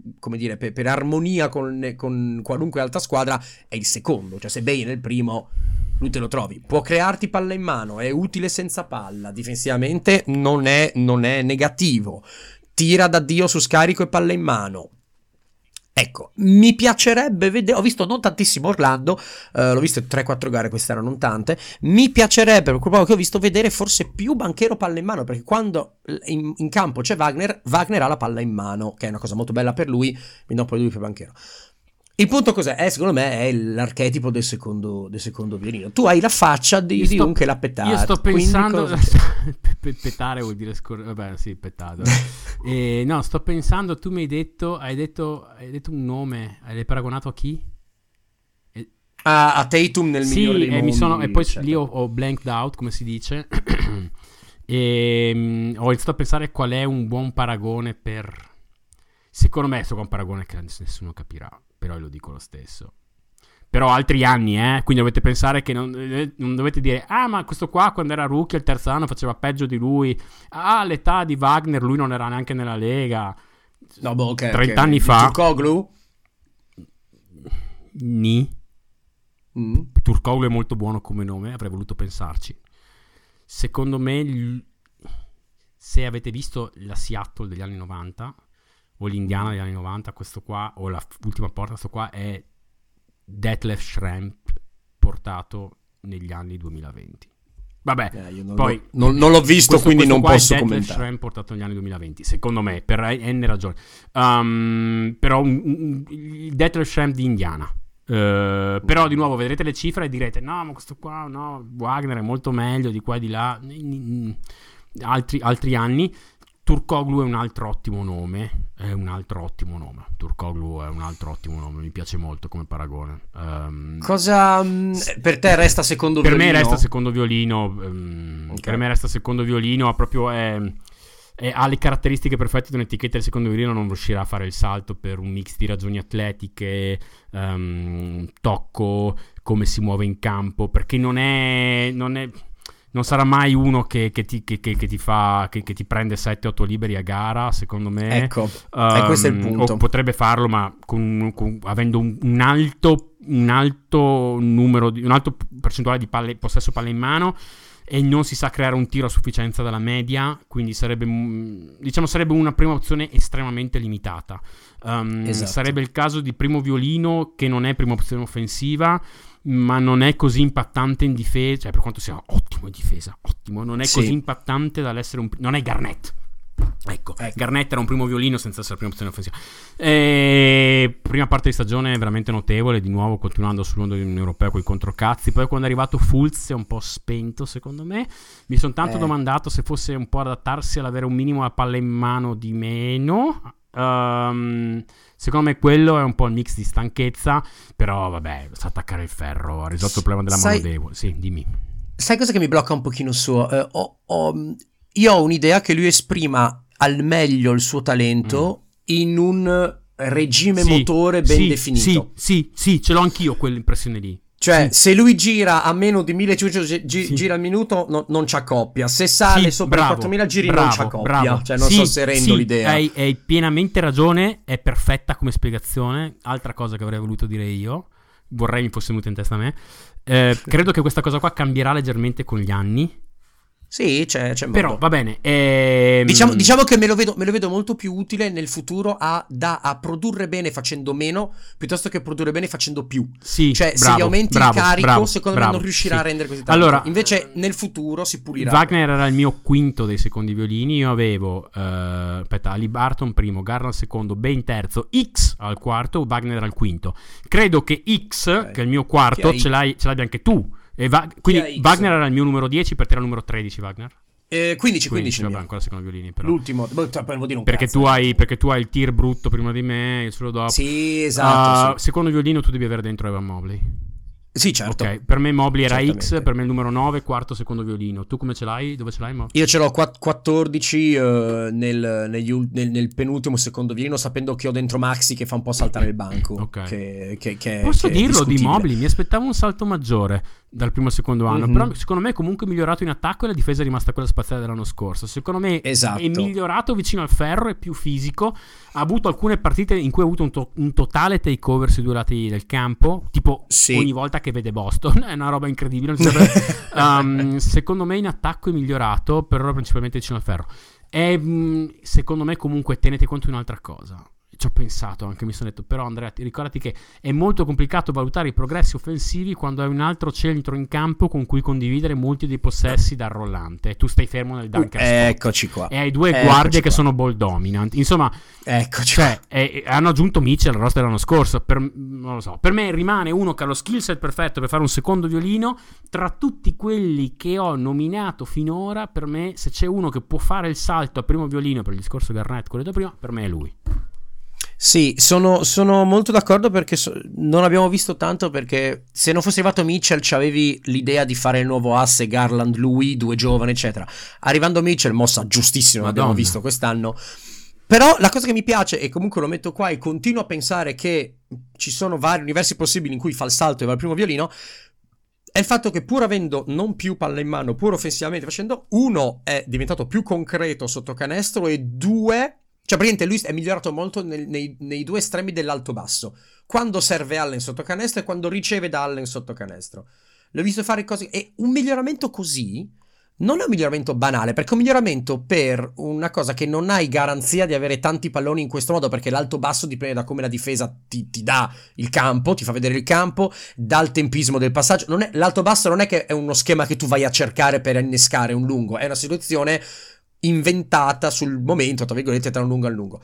armonia con qualunque altra squadra, è il secondo. Cioè se Bane è il primo, lui te lo trovi. Può crearti palla in mano, è utile senza palla, difensivamente non è negativo, tira da Dio su scarico e palla in mano. Ecco, mi piacerebbe vedere, ho visto non tantissimo Orlando, l'ho visto 3-4 gare quest'anno, non tante, mi piacerebbe, per quello che ho visto, vedere forse più Banchero palla in mano, perché quando in campo c'è Wagner ha la palla in mano, che è una cosa molto bella per lui, mi do poi lui per Banchero. Il punto cos'è? Secondo me è l'archetipo del secondo violino. Tu hai la faccia di un che l'ha pettato. Io sto pensando pettare vuol dire vabbè, sì, pettato. No, sto pensando, tu mi hai detto un nome, l'hai paragonato a chi? A Tatum nel migliore dei mondi. E poi lì ho blanked out, come si dice. Ho iniziato a pensare qual è un buon paragone per... Secondo me è un paragone che nessuno capirà, però lo dico lo stesso. Però altri anni, quindi dovete pensare che non dovete dire ma questo qua quando era rookie al terzo anno faceva peggio di lui. All'età di Wagner lui non era neanche nella Lega. No, 30 anni fa. Turkoglu? Turkoglu è molto buono come nome, avrei voluto pensarci. Secondo me, se avete visto la Seattle degli anni 90 o l'Indiana degli anni 90, questo qua, o l'ultima porta, questo qua è Detlef Schrempf portato negli anni 2020. Vabbè, poi non l'ho visto, quindi non posso commentare. Detlef Schrempf portato negli anni 2020, secondo me, per n ragioni. Però il Detlef Schrempf di Indiana. Però di nuovo vedrete le cifre e direte no, ma questo qua no, Wagner è molto meglio di qua e di là. Altri anni. Turkoglu è un altro ottimo nome. Turkoglu è un altro ottimo nome. Mi piace molto come paragone. Cosa per te resta secondo violino? Per me resta secondo violino. Okay. Per me resta secondo violino. Proprio ha le caratteristiche perfette di un'etichetta del secondo violino, non riuscirà a fare il salto per un mix di ragioni atletiche, tocco, come si muove in campo, perché non sarà mai uno che ti prende 7-8 liberi a gara, secondo me. Ecco, questo è il punto. O potrebbe farlo, ma avendo un alto numero, un alto percentuale di possesso palla in mano, e non si sa creare un tiro a sufficienza dalla media, quindi sarebbe una prima opzione estremamente limitata. Esatto. Sarebbe il caso di primo violino, che non è prima opzione offensiva, ma non è così impattante in difesa, cioè per quanto sia ottimo in difesa, non è così impattante dall'essere non è Garnett. Ecco, Garnett era un primo violino senza essere prima opzione offensiva. Prima parte di stagione veramente notevole, di nuovo continuando sull'onda di un europeo con i controcazzi. Poi quando è arrivato Fultz è un po' spento, secondo me. Mi sono tanto domandato se fosse un po' adattarsi all'avere un minimo la palla in mano di meno. Secondo me quello è un po' il mix di stanchezza, però vabbè, sa attaccare il ferro, ha risolto il problema della mano debole. Sì, dimmi. Sai cosa che mi blocca un pochino suo? Io ho un'idea che lui esprima al meglio il suo talento in un regime motore ben definito. Sì, ce l'ho anch'io quell'impressione lì. Cioè, se lui gira a meno di 1500 giri al minuto, non c'ha coppia. Se sale sopra i 4000 giri, non c'ha coppia. Cioè, non so se rendo l'idea. Hai pienamente ragione, è perfetta come spiegazione. Altra cosa che avrei voluto dire io, vorrei mi fosse venuta in testa a me. Credo che questa cosa qua cambierà leggermente con gli anni. Sì, c'è modo. Però va bene. Diciamo che me lo vedo molto più utile nel futuro a produrre bene facendo meno, piuttosto che produrre bene facendo più. Sì, cioè, se gli aumenti il carico, secondo me non riuscirà a rendere così tanto. Allora, invece nel futuro si pulirà. Wagner era il mio quinto dei secondi violini. Io avevo Ali Barton primo, Garland secondo, Bain terzo, X al quarto, Wagner al quinto. Credo che X, che è il mio quarto, ce l'abbia anche tu. Quindi Wagner era il mio numero 10, per te era il numero 13 Wagner? 15 vabbè, ancora secondo violini però. L'ultimo vuol dire un perché cazzo, perché tu hai il tir brutto prima di me, io solo dopo. Sì, esatto. Secondo violino tu devi avere dentro Evan Mobley. Sì, certo. Ok, per me Mobley era X, per me il numero 9, quarto secondo violino. Tu come ce l'hai? Dove ce l'hai Mobley? Io ce l'ho 14 nel penultimo secondo violino, sapendo che ho dentro Maxi che fa un po' saltare il banco. Ok. Che posso che dirlo di Mobley? Mi aspettavo un salto maggiore dal primo al secondo anno, però secondo me è comunque migliorato in attacco e la difesa è rimasta quella spaziale dell'anno scorso. Secondo me è migliorato vicino al ferro, è più fisico. Ha avuto alcune partite in cui ha avuto un totale takeover sui due lati del campo, tipo ogni volta che vede Boston, è una roba incredibile. Secondo me in attacco è migliorato, però principalmente vicino al ferro. Secondo me comunque tenete conto di un'altra cosa. Ci ho pensato anche, mi sono detto, però Andrea, ricordati che è molto complicato valutare i progressi offensivi quando hai un altro centro in campo con cui condividere molti dei possessi dal rollante e tu stai fermo nel dunker spot. Eccoci qua. E hai due guardie che sono ball dominant. Insomma, eccoci qua. Hanno aggiunto Mitchell al roster dell'anno scorso. Non lo so, per me rimane uno che ha lo skill set perfetto per fare un secondo violino. Tra tutti quelli che ho nominato finora, per me, se c'è uno che può fare il salto a primo violino per il discorso Garnett, quello da prima, per me è lui. Sì, sono molto d'accordo, perché non abbiamo visto tanto, perché se non fosse arrivato Mitchell c'avevi l'idea di fare il nuovo asse Garland, lui, due giovani eccetera. Arrivando Mitchell, mossa giustissima, l'abbiamo visto quest'anno. Però la cosa che mi piace, e comunque lo metto qua e continuo a pensare che ci sono vari universi possibili in cui fa il salto e va al primo violino, è il fatto che, pur avendo non più palla in mano, pur offensivamente facendo, uno è diventato più concreto sotto canestro, e due, cioè praticamente lui è migliorato molto nei due estremi dell'alto-basso, quando serve Allen sotto canestro e quando riceve da Allen sotto canestro. L'ho visto fare cose, e un miglioramento così non è un miglioramento banale, perché è un miglioramento per una cosa che non hai garanzia di avere tanti palloni in questo modo, perché l'alto-basso dipende da come la difesa ti dà il campo, ti fa vedere il campo, dal tempismo del passaggio. L'alto-basso non è che è uno schema che tu vai a cercare per innescare un lungo, è una situazione inventata sul momento, tra virgolette, tra un lungo al lungo.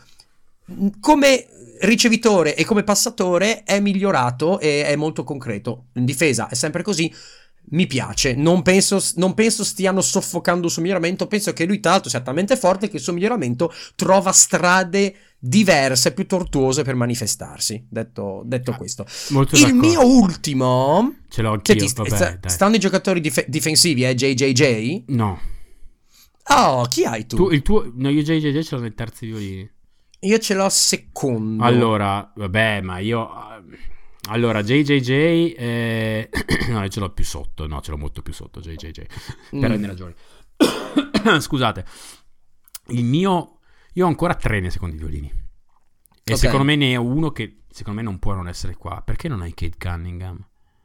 Come ricevitore e come passatore è migliorato e è molto concreto. In difesa è sempre così. Mi piace, non penso stiano soffocando il suo miglioramento. Penso che lui, tra l'altro, sia talmente forte che il suo miglioramento trova strade diverse, più tortuose per manifestarsi. Detto questo, il mio ultimo ce l'ho anch'io, stanno i giocatori difensivi, JJJ? No. Oh, chi hai tu? No, io JJJ ce l'ho nel terzo violini. Io ce l'ho secondo. Allora, vabbè, ma io... Allora, JJJ... no, io ce l'ho più sotto. No, ce l'ho molto più sotto, JJJ. Per N ragioni. Scusate. Il mio... Io ho ancora 3 nei secondi violini. E secondo me ne ho uno che... Secondo me non può non essere qua. Perché non hai Cade Cunningham?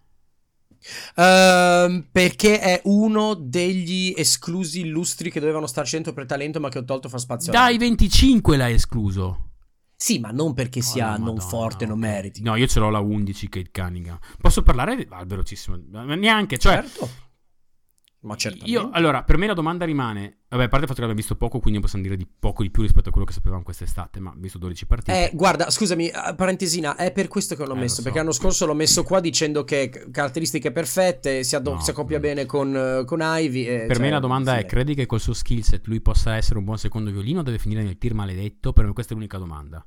Perché è uno degli esclusi illustri che dovevano starci dentro per talento, ma che ho tolto fa spazio. Dai 25 l'hai escluso. Sì, ma non perché sia non forte, non meriti. No, io ce l'ho la 11 Cade Cunningham. Posso parlare velocissimo? Neanche, cioè... Certo. Ma certamente. Io, allora, per me la domanda rimane... Vabbè, a parte il fatto che abbiamo visto poco, quindi possiamo dire di poco di più rispetto a quello che sapevamo quest'estate, ma visto 12 partite... Guarda, scusami, parentesina, è per questo che l'ho messo, perché l'anno scorso l'ho messo qua dicendo che caratteristiche perfette, si accoppia bene con Ivy. Per me la domanda è, credi che col suo skill set lui possa essere un buon secondo violino o deve finire nel tir maledetto? Per me questa è l'unica domanda.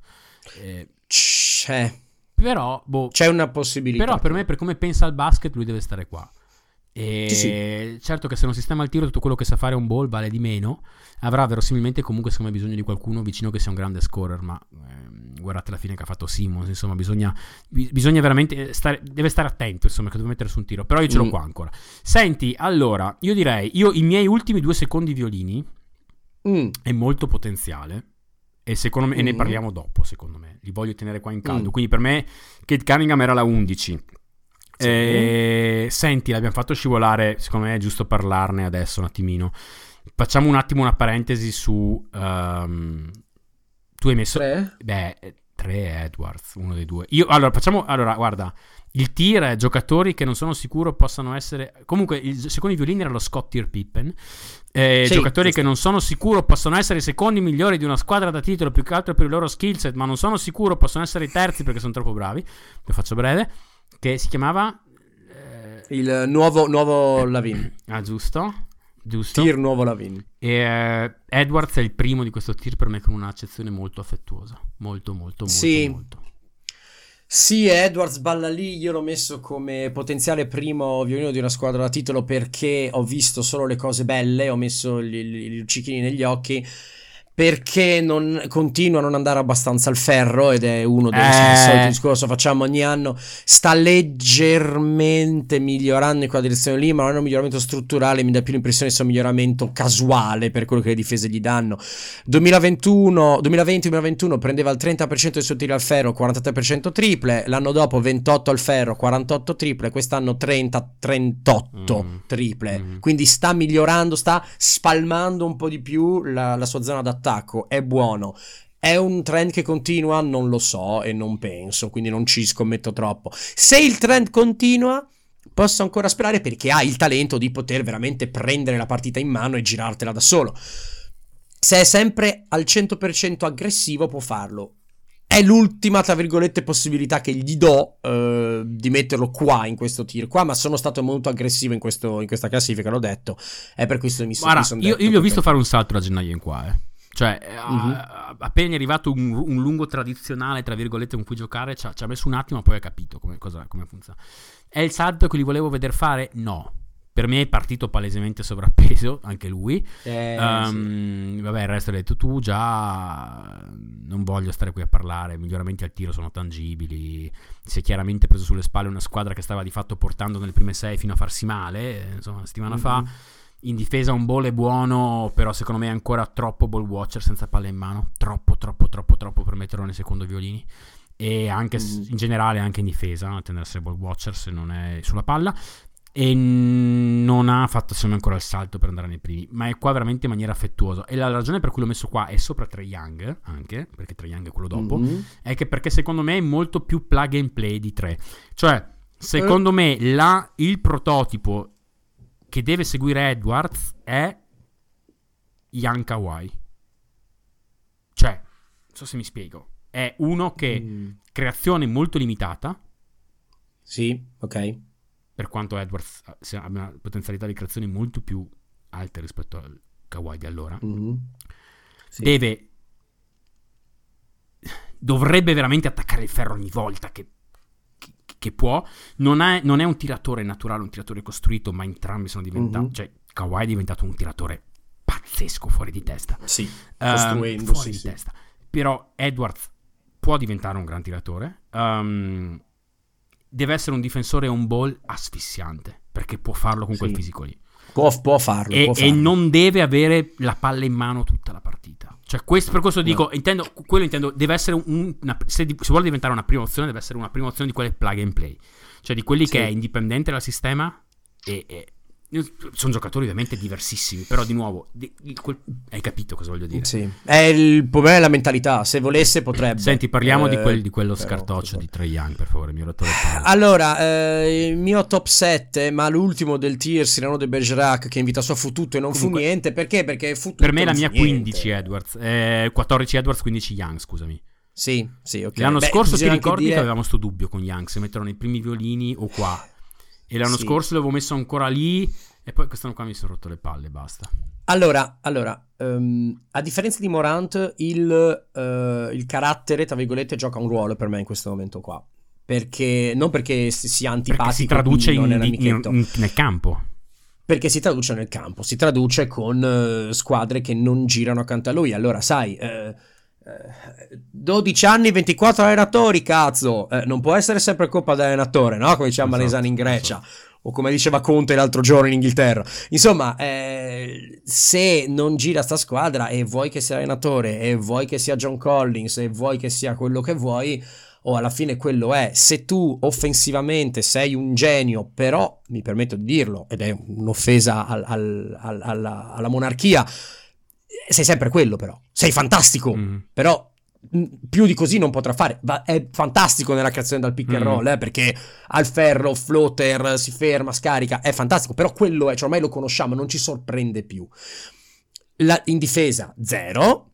Però, c'è una possibilità. Però per me, per come pensa al basket, lui deve stare qua. E certo che se non sistema il tiro, tutto quello che sa fare un ball vale di meno. Avrà verosimilmente comunque secondo me bisogno di qualcuno vicino che sia un grande scorer, ma guardate la fine che ha fatto Simmons, insomma bisogna veramente deve stare attento, insomma, che deve mettere su un tiro. Però io ce l'ho qua ancora. Senti, allora io direi, i miei ultimi 2 secondi violini è molto potenziale e secondo me, e ne parliamo dopo, secondo me li voglio tenere qua in caldo, quindi per me Cade Cunningham era la 11. Senti, l'abbiamo fatto scivolare, secondo me è giusto parlarne adesso un attimino. Facciamo un attimo una parentesi su tu hai messo 3? 3 Edwards, uno dei due. Allora guarda, il tir è giocatori che non sono sicuro possano essere, comunque il secondo violino era lo Scottie Pippen, giocatori che non sono sicuro possono essere i secondi migliori di una squadra da titolo, più che altro per il loro skill set, ma non sono sicuro possono essere i terzi perché sono troppo bravi. Lo faccio breve. Che si chiamava il nuovo Lavin. Giusto. Tir nuovo Lavin. E Edwards è il primo di questo tir per me con un'accezione molto affettuosa. Molto. Sì, Edwards balla lì. Io l'ho messo come potenziale primo violino di una squadra da titolo perché ho visto solo le cose belle. Ho messo i luccichini negli occhi. Perché non continua a non andare abbastanza al ferro ed è uno dei soliti discorsi che facciamo ogni anno. Sta leggermente migliorando in quella direzione lì, ma non è un miglioramento strutturale, mi dà più l'impressione che sia un miglioramento casuale per quello che le difese gli danno. 2020-2021 prendeva il 30% dei suoi tiri al ferro, 43% triple, l'anno dopo 28 al ferro, 48 triple, quest'anno 30-38 triple, quindi sta migliorando, sta spalmando un po' di più la sua zona d'attacco. È buono. È un trend che continua? Non lo so e non penso, quindi non ci scommetto troppo. Se il trend continua, posso ancora sperare perché ha il talento di poter veramente prendere la partita in mano e girartela da solo. Se è sempre al 100% aggressivo, può farlo. È l'ultima, tra virgolette, possibilità che gli do di metterlo qua in questo tir qua, ma sono stato molto aggressivo in questa classifica, l'ho detto. È per questo che mi sono detto. Io gli ho visto fare un salto da gennaio in qua, Cioè, appena è arrivato un lungo tradizionale, tra virgolette, con cui giocare, ci ha messo un attimo, ma poi ha capito come funziona. È il salto che li volevo vedere fare? No. Per me è partito palesemente sovrappeso, anche lui. Vabbè, il resto l'hai detto tu già. Non voglio stare qui a parlare. I miglioramenti al tiro sono tangibili. Si è chiaramente preso sulle spalle una squadra che stava di fatto portando nelle prime 6 fino a farsi male, insomma, una settimana fa. In difesa un ball è buono, però secondo me è ancora troppo ball watcher senza palla in mano. Troppo per metterlo nei secondo violini. E anche in generale, anche in difesa, tende ad essere ball watcher se non è sulla palla. E non ha fatto secondo me ancora il salto per andare nei primi, ma è qua veramente in maniera affettuosa. E la ragione per cui l'ho messo qua è sopra Trae Young, anche perché Trae Young è quello dopo, è che perché secondo me è molto più plug and play di Trae. Cioè secondo me il prototipo che deve seguire Edwards è Young Kawhi. Cioè, non so se mi spiego, è uno che creazione molto limitata. Sì, ok. Per quanto Edwards ha una potenzialità di creazione molto più alta rispetto al Kawhi di allora, sì. Dovrebbe veramente attaccare il ferro ogni volta che può. Non è un tiratore naturale, un tiratore costruito, ma entrambi sono diventati. Cioè, Kawhi è diventato un tiratore pazzesco, fuori di testa. Sì, costruendo, fuori di testa. Però Edwards può diventare un gran tiratore. Deve essere un difensore on ball asfissiante, perché può farlo con quel fisico lì. Può farlo. E non deve avere la palla in mano tutta la partita. Cioè, per questo dico, intendo, deve essere se vuole diventare una prima opzione, deve essere una prima opzione di quelle plug and play. Cioè di quelli che è indipendente dal sistema e sono giocatori ovviamente diversissimi, però di nuovo hai capito cosa voglio dire? Sì. Il problema è la mentalità, se volesse potrebbe. Senti, parliamo di quello scartoccio di Trae Young, per favore, mi ho rotto le palle. Allora, il mio top 7, ma l'ultimo del tier, Cyrano de Bergerac, che invita su a fu tutto e non fu niente, perché fu tutto. Per me la mia 15 Edwards, 14 Edwards, 15 Young, scusami. Sì, ok. L'anno scorso ti ricordi che avevamo sto dubbio con Young, se mettono i primi violini o qua. E l'anno scorso l'avevo messo ancora lì e poi quest'anno qua mi sono rotto le palle, basta. Allora, a differenza di Morant, il carattere, tra virgolette, gioca un ruolo per me in questo momento qua. Perché non perché sia antipatico, perché si traduce nel campo. Perché si traduce nel campo, si traduce con squadre che non girano accanto a lui. Allora, sai, 12 anni, 24 allenatori, cazzo, non può essere sempre colpa dell'allenatore, no? Come diceva Malesani in Grecia, o come diceva Conte l'altro giorno in Inghilterra. Insomma, se non gira sta squadra e vuoi che sia allenatore, e vuoi che sia John Collins, e vuoi che sia quello che vuoi, o alla fine quello è. Se tu offensivamente sei un genio, però mi permetto di dirlo, ed è un'offesa alla monarchia, sei sempre quello, però sei fantastico, però più di così non potrà fare. È fantastico nella creazione dal pick and roll, perché al ferro, floater, si ferma, scarica, è fantastico, però quello è, cioè ormai lo conosciamo, non ci sorprende più. In difesa 0,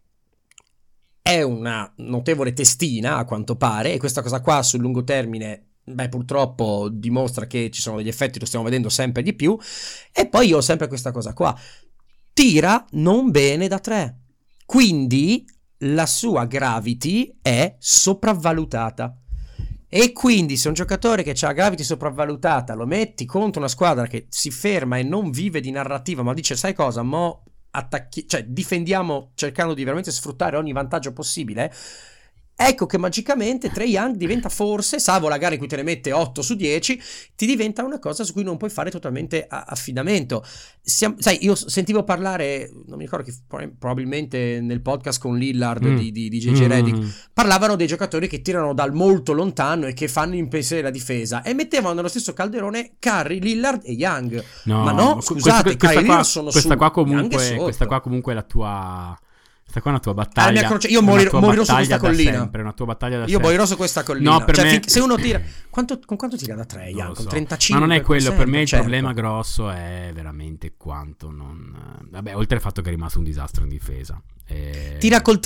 è una notevole testina a quanto pare, e questa cosa qua sul lungo termine purtroppo dimostra che ci sono degli effetti, lo stiamo vedendo sempre di più. E poi io ho sempre questa cosa qua: tira non bene da 3, quindi la sua gravity è sopravvalutata. E quindi se un giocatore che ha la gravity sopravvalutata lo metti contro una squadra che si ferma e non vive di narrativa, ma dice sai cosa, mo difendiamo cercando di veramente sfruttare ogni vantaggio possibile, ecco che magicamente Trae Young diventa, forse, salvo la gara in cui te ne mette 8 su 10, ti diventa una cosa su cui non puoi fare totalmente affidamento. Sai, io sentivo parlare, non mi ricordo chi, probabilmente nel podcast con Lillard di JJ Redick, parlavano dei giocatori che tirano dal molto lontano e che fanno impensare la difesa, e mettevano nello stesso calderone Curry, Lillard e Young. Ma no, scusate, Curry e Lillard sono su, questa qua comunque è la tua... Questa qua è una tua battaglia. Io morirò su questa collina. Sempre, una tua battaglia da io morirò su questa collina. No, per me... se uno tira... con quanto tira da 3? Con 35? Ma non è quello. Per me il problema grosso è veramente quanto non... Vabbè, oltre al fatto che è rimasto un disastro in difesa. Tira col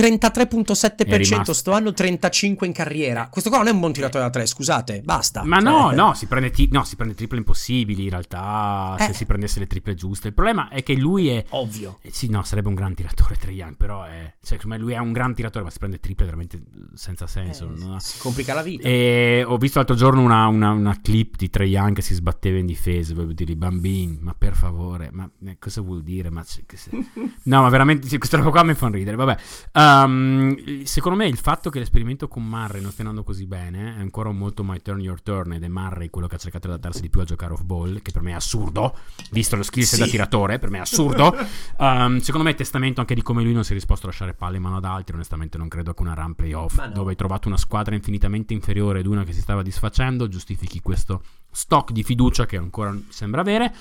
33.7%, sto anno 35 in carriera. Questo qua non è un buon tiratore da 3, scusate, basta. Ma no, si prende triple impossibili in realtà, se si prendesse le triple giuste. Il problema è che lui è ovvio. Sì, no, sarebbe un gran tiratore Trae Young, però secondo me lui è un gran tiratore, ma si prende triple veramente senza senso. Si complica la vita. E ho visto l'altro giorno una clip di Trae Young che si sbatteva in difesa, volevo dire bambini, ma per favore, ma cosa vuol dire? No, ma veramente questa roba qua mi fa ridere. Vabbè, secondo me il fatto che l'esperimento con Murray non stia andando così bene è ancora un molto my turn your turn, ed è Murray quello che ha cercato di adattarsi di più a giocare off ball, che per me è assurdo, visto lo skill set da tiratore, per me è assurdo. Secondo me è testamento anche di come lui non si è disposto a lasciare palle in mano ad altri. Onestamente non credo che una run playoff dove hai trovato una squadra infinitamente inferiore ad una che si stava disfacendo giustifichi questo stock di fiducia che ancora sembra avere.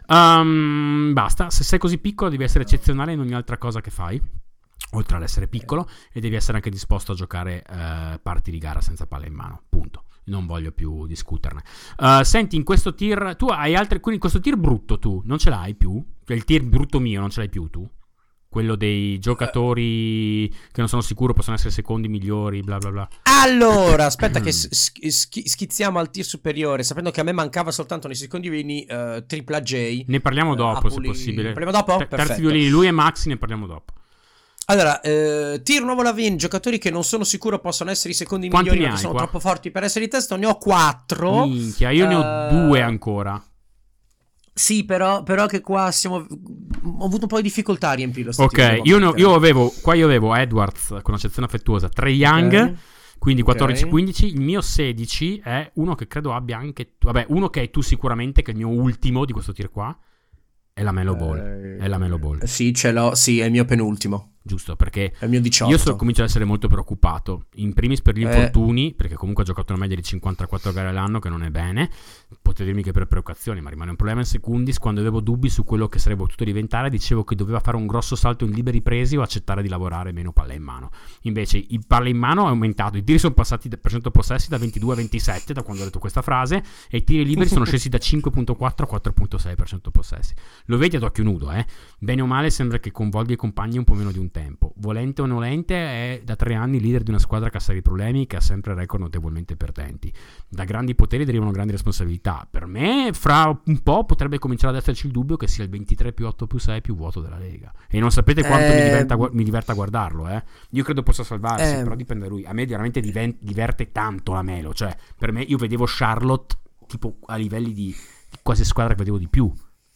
Basta, se sei così piccolo devi essere eccezionale in ogni altra cosa che fai, oltre ad essere piccolo, e devi essere anche disposto a giocare parti di gara senza palla in mano, punto. Non voglio più discuterne. Senti, in questo tier tu hai altri, quindi questo tier brutto tu non ce l'hai più? Cioè il tier brutto mio non ce l'hai più tu? Quello dei giocatori che non sono sicuro possono essere secondi migliori, bla bla bla. Allora, aspetta che schizziamo al tier superiore, sapendo che a me mancava soltanto nei secondi violini Triple J. Ne parliamo dopo, se possibile. Parliamo dopo? Terzi violini, lui e Maxi, ne parliamo dopo. Allora, tier nuovo Lavin, giocatori che non sono sicuro possono essere i secondi migliori, perché sono troppo forti per essere di testa. Ne ho 4. Minchia, io ne ho 2 ancora. Sì, però che qua siamo ho avuto un po' di difficoltà a riempirlo. Ok, io avevo Edwards con accezione affettuosa, Trae Young, quindi 14-15. Il mio 16 è uno che credo abbia anche uno che hai tu sicuramente, che è il mio ultimo di questo tier qua, è la Melo Ball. È la Melo Ball. Sì, ce l'ho, sì, è il mio penultimo. Giusto, perché è il mio 18. Io comincio ad essere molto preoccupato. In primis per gli infortuni, perché comunque ha giocato una media di 54 gare all'anno, che non è bene. Potete dirmi che per precauzioni, ma rimane un problema. In secundis, quando avevo dubbi su quello che sarebbe potuto diventare, dicevo che doveva fare un grosso salto in liberi presi o accettare di lavorare meno palla in mano. Invece il palla in mano è aumentato, i tiri sono passati per cento possessi da 22 a 27 da quando ho detto questa frase, e i tiri liberi sono scesi da 5.4 a 4.6% possessi. Lo vedi ad occhio nudo, bene o male sembra che coinvolga i compagni un po' meno di un tempo. Volente o nolente è da 3 anni leader di una squadra che ha seri problemi, che ha sempre record notevolmente perdenti. Da grandi poteri derivano grandi responsabilità. Per me fra un po' potrebbe cominciare ad esserci il dubbio che sia il 23 più 8 più 6 più vuoto della Lega, e non sapete quanto mi diverta guardarlo. Io credo possa salvarsi, però dipende da lui. A me veramente diverte tanto la Melo, cioè per me, io vedevo Charlotte tipo a livelli di quasi squadra che vedevo di più.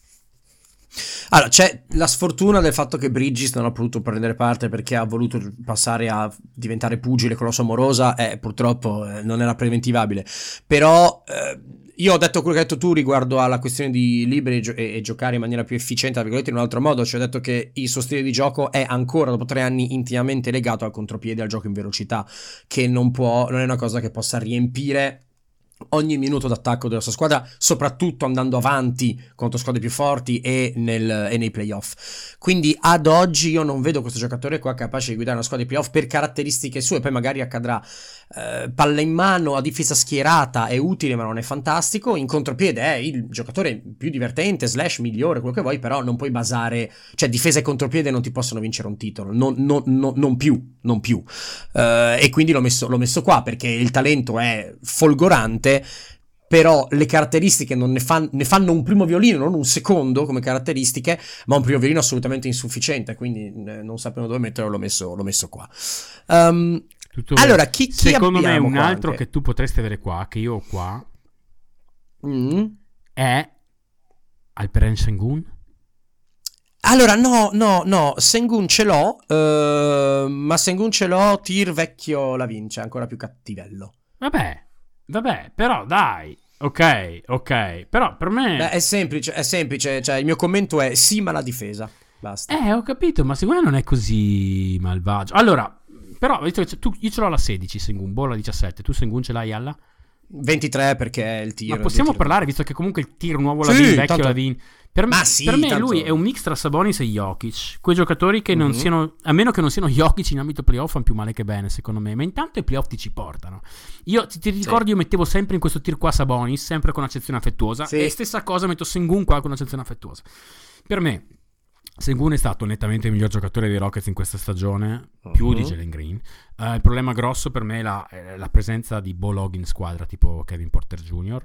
Allora, c'è la sfortuna del fatto che Bridges non ha potuto prendere parte perché ha voluto passare a diventare pugile con la sua amorosa, purtroppo non era preventivabile. Però io ho detto quello che hai detto tu riguardo alla questione di liberi e giocare in maniera più efficiente, tra virgolette, in un altro modo. Cioè ho detto che il suo stile di gioco è ancora dopo 3 anni intimamente legato al contropiede, al gioco in velocità, che non è una cosa che possa riempire ogni minuto d'attacco della sua squadra, soprattutto andando avanti contro squadre più forti e nei playoff. Quindi ad oggi io non vedo questo giocatore qua capace di guidare una squadra di playoff per caratteristiche sue. Poi magari accadrà, palla in mano a difesa schierata è utile ma non è fantastico, in contropiede è il giocatore più divertente / migliore, quello che vuoi, però non puoi basare, cioè difesa e contropiede non ti possono vincere un titolo, non più. E quindi l'ho messo qua perché il talento è folgorante, però le caratteristiche non ne fanno un primo violino, non un secondo come caratteristiche, ma un primo violino assolutamente insufficiente, quindi non sapendo dove metterlo, l'ho messo qua. Allora, chi secondo me un altro anche che tu potresti avere qua, che io ho qua, è Alperen Sengun. Allora, no, Sengun ce l'ho, ma Sengun ce l'ho tier vecchio la vince, ancora più cattivello. Vabbè, però dai, ok, però per me... Beh, è semplice, cioè il mio commento è sì, ma la difesa, basta. Ho capito, ma secondo me non è così malvagio. Allora, però, visto che io ce l'ho alla 16, Sengun, bolla 17, tu Sengun ce l'hai alla? 23 perché è il tir. Ma possiamo parlare, visto che comunque il tir nuovo la vecchio tanto... la per me tanto... lui è un mix tra Sabonis e Jokic, quei giocatori che non siano, a meno che non siano Jokic in ambito playoff, fanno più male che bene secondo me, ma intanto i playoff ci portano. Io ti ricordi, io mettevo sempre in questo tir qua Sabonis, sempre con accezione affettuosa, e stessa cosa metto Sengun qua con accezione affettuosa. Per me Sengun è stato nettamente il miglior giocatore dei Rockets in questa stagione, più di Jalen Green. Il problema grosso per me è la presenza di Bo Log in squadra, tipo Kevin Porter Jr.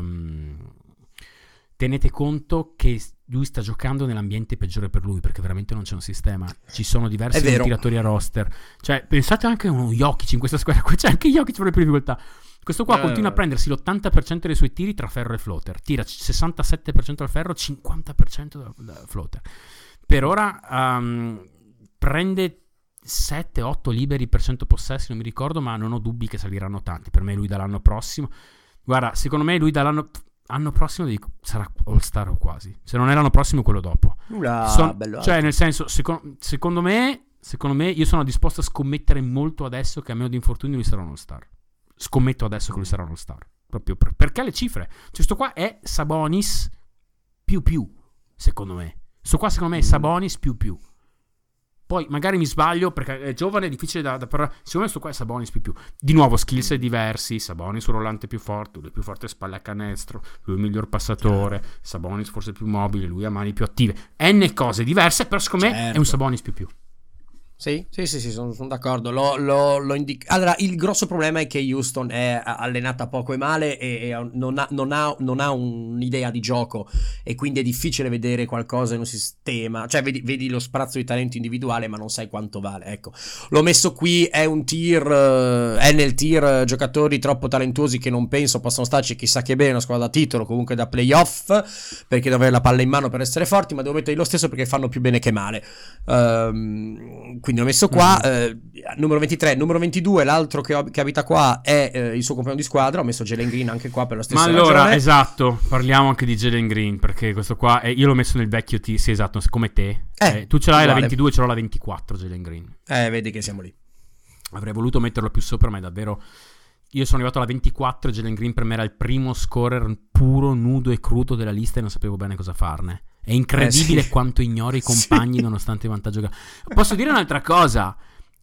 Tenete conto che lui sta giocando nell'ambiente peggiore per lui, perché veramente non c'è un sistema. Ci sono diversi tiratori a roster. Cioè, pensate anche a uno Jokic in questa squadra. C'è anche Jokic per le più difficoltà. Questo qua continua a prendersi l'80% dei suoi tiri tra ferro e floater. Tira 67% al ferro, 50% da floater. Per ora prende 7-8 liberi per 100 possessi, non mi ricordo, ma non ho dubbi che saliranno tanti. Per me lui dall'anno prossimo, guarda, secondo me lui dall'anno prossimo sarà All Star o quasi, se non è l'anno prossimo quello dopo. Cioè nel senso, secondo me io sono disposto a scommettere molto adesso che a meno di infortuni lui sarà un All Star. Scommetto adesso che lui sarà un All Star, proprio perché le cifre, cioè sto qua è Sabonis più secondo me. Sto qua secondo me è Sabonis più. Poi magari mi sbaglio perché è giovane, è difficile da parlare. Secondo me sto qua è Sabonis più. Di nuovo skills diversi. Sabonis un rollante più forte, lui è più forte spalle a canestro, lui è il miglior passatore, Sabonis forse più mobile, lui ha mani più attive. N cose diverse, però secondo me è un Sabonis più. Sì, sono d'accordo. Allora, il grosso problema è che Houston è allenata poco e male e non ha un'idea di gioco, e quindi è difficile vedere qualcosa in un sistema. Cioè, vedi lo sprazzo di talento individuale, ma non sai quanto vale. Ecco, l'ho messo qui, è nel tier giocatori troppo talentuosi che non penso possano starci chissà che bene una squadra da titolo, comunque da playoff, perché devono avere la palla in mano per essere forti, ma devo metterli lo stesso perché fanno più bene che male. Quindi l'ho messo qua. Numero 23, numero 22, l'altro che abita qua è il suo compagno di squadra. Ho messo Jalen Green anche qua per la stessa ragione. Ma allora, esatto, parliamo anche di Jalen Green, perché questo qua io l'ho messo nel vecchio sì, esatto, come te. Tu ce l'hai uguale. La 22, ce l'ho la 24 Jalen Green. Vedi che siamo lì. Avrei voluto metterlo più sopra, ma è davvero... Io sono arrivato alla 24 e Jalen Green per me era il primo scorer puro, nudo e crudo della lista e non sapevo bene cosa farne. È incredibile quanto ignori i compagni nonostante il vantaggio. Posso dire un'altra cosa?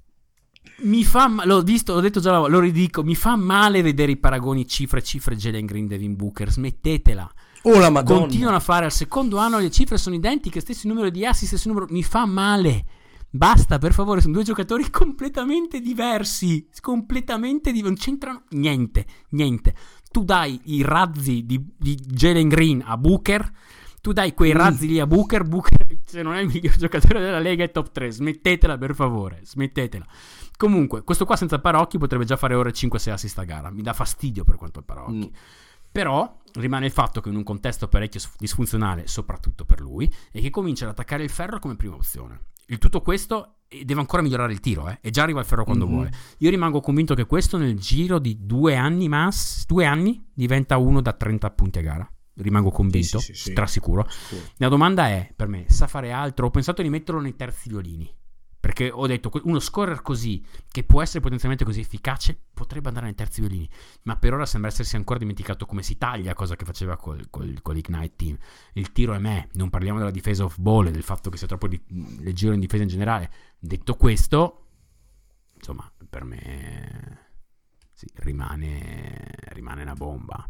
L'ho detto già, lo ridico, mi fa male vedere i paragoni cifre Jalen Green, Devin Booker, smettetela. Oh la Madonna. Continuano a fare al secondo anno, le cifre sono identiche, stesso numero di assist, stesso numero, mi fa male. Basta, per favore, sono due giocatori completamente diversi, non c'entrano niente. Tu dai i razzi di Jalen Green a Booker, tu dai quei razzi lì a Booker, se non è il miglior giocatore della Lega è top 3, smettetela per favore, smettetela. Comunque, questo qua senza Parocchi potrebbe già fare ore 5-6 assist a gara, mi dà fastidio per quanto è Parocchi. Però rimane il fatto che in un contesto parecchio disfunzionale, soprattutto per lui, è che comincia ad attaccare il ferro come prima opzione. Il tutto questo deve ancora migliorare il tiro, e già arriva al ferro quando vuole. Io rimango convinto che questo nel giro di 2 anni diventa uno da 30 punti a gara. Rimango convinto, strasicuro. La domanda è, per me, sa fare altro? Ho pensato di metterlo nei terzi violini, perché ho detto, uno scorer così, che può essere potenzialmente così efficace, potrebbe andare nei terzi violini, ma per ora sembra essersi ancora dimenticato come si taglia, cosa che faceva con l'Ignite Team. Il tiro è non parliamo della difesa off ball e del fatto che sia troppo leggero in difesa in generale. Detto questo, insomma, per me rimane una bomba.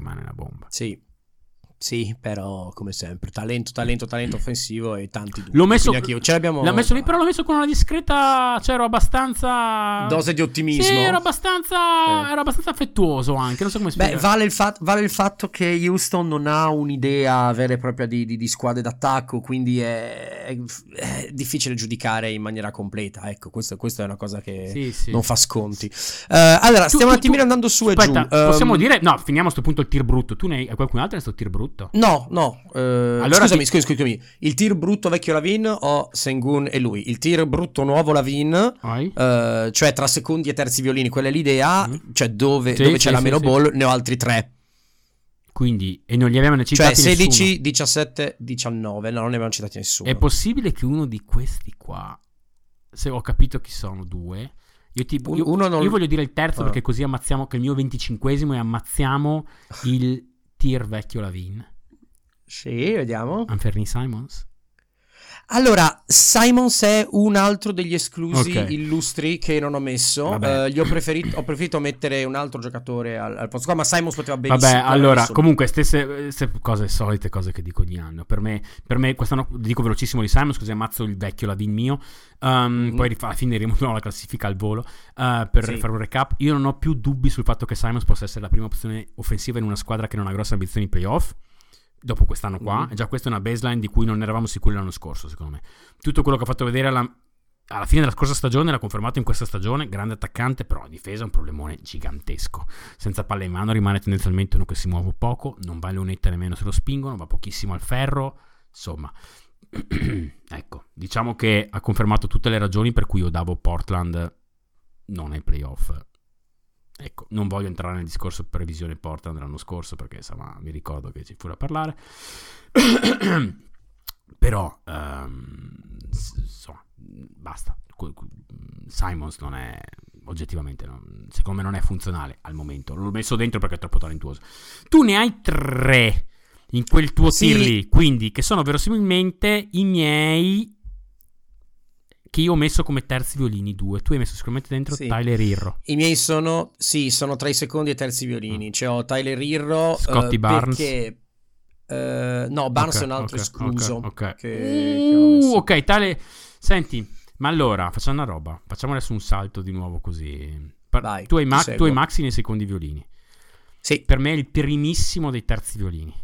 Sì, però come sempre talento offensivo e tanti dubbi. L'ho messo lì, però l'ho messo con una discreta, cioè ero abbastanza dose di ottimismo. Sì, ero abbastanza affettuoso anche, non so come spiegare. Vale il fatto che Houston non ha un'idea vera e propria di squadre d'attacco, quindi è difficile giudicare in maniera completa. Ecco, questa è una cosa che non fa sconti. Allora, stiamo un attimino andando su e giù. Possiamo dire, no, finiamo a sto punto il tir brutto. Tu ne hai qualcun altro in sto tir brutto? No. Allora scusami. Il tir brutto vecchio Lavin ho Sengun e lui. Il tir brutto nuovo Lavin, cioè tra secondi e terzi violini, quella è l'idea. Cioè dove c'è la meno ball, ne ho altri 3. Quindi, e non li abbiamo citati cioè 16, nessuno. 17, 19. No, non ne abbiamo citati nessuno. È possibile che uno di questi qua, se ho capito chi sono, due. Io voglio dire il terzo perché così ammazziamo, che è il mio 25esimo, e ammazziamo il tir vecchio Lavin. Sì, vediamo. Anthony Simons. Allora, Simons è un altro degli esclusi illustri che non ho messo. Gli ho preferito mettere un altro giocatore al posto qua, ma Simons poteva benissimo. Vabbè, allora, comunque stesse cose, solite cose che dico ogni anno. Per me quest'anno dico velocissimo di Simons, così ammazzo il vecchio Lavin mio. Poi alla fine rimontiamo la classifica al volo per fare un recap. Io non ho più dubbi sul fatto che Simons possa essere la prima opzione offensiva in una squadra che non ha grosse ambizioni playoff dopo quest'anno qua. E già questa è una baseline di cui non eravamo sicuri l'anno scorso, secondo me. Tutto quello che ha fatto vedere alla fine della scorsa stagione l'ha confermato in questa stagione. Grande attaccante, però a difesa è un problemone gigantesco. Senza palla in mano rimane tendenzialmente uno che si muove poco, non va lunetta nemmeno se lo spingono, va pochissimo al ferro, insomma. Ecco, diciamo che ha confermato tutte le ragioni per cui io davo Portland non ai playoff. Ecco, non voglio entrare nel discorso previsione Portland l'anno scorso, perché insomma mi ricordo che ci fu da parlare. Però insomma, basta. Simons non è, oggettivamente secondo me non è funzionale al momento. L'ho messo dentro perché è troppo talentuoso. Tu ne hai 3 in quel tuo tir lì, quindi, che sono verosimilmente i miei, che io ho messo come terzi violini 2. Tu hai messo sicuramente dentro Tyler Herro. I miei sono tra i secondi e terzi violini. Cioè ho Tyler Herro, Scotty Barnes, perché no, Barnes è un altro escluso. Ok, Tyler, senti, Ma allora, facciamo una roba. Facciamo adesso un salto di nuovo così. Vai, tu hai Maxi nei secondi violini. Sì. Per me è il primissimo dei terzi violini.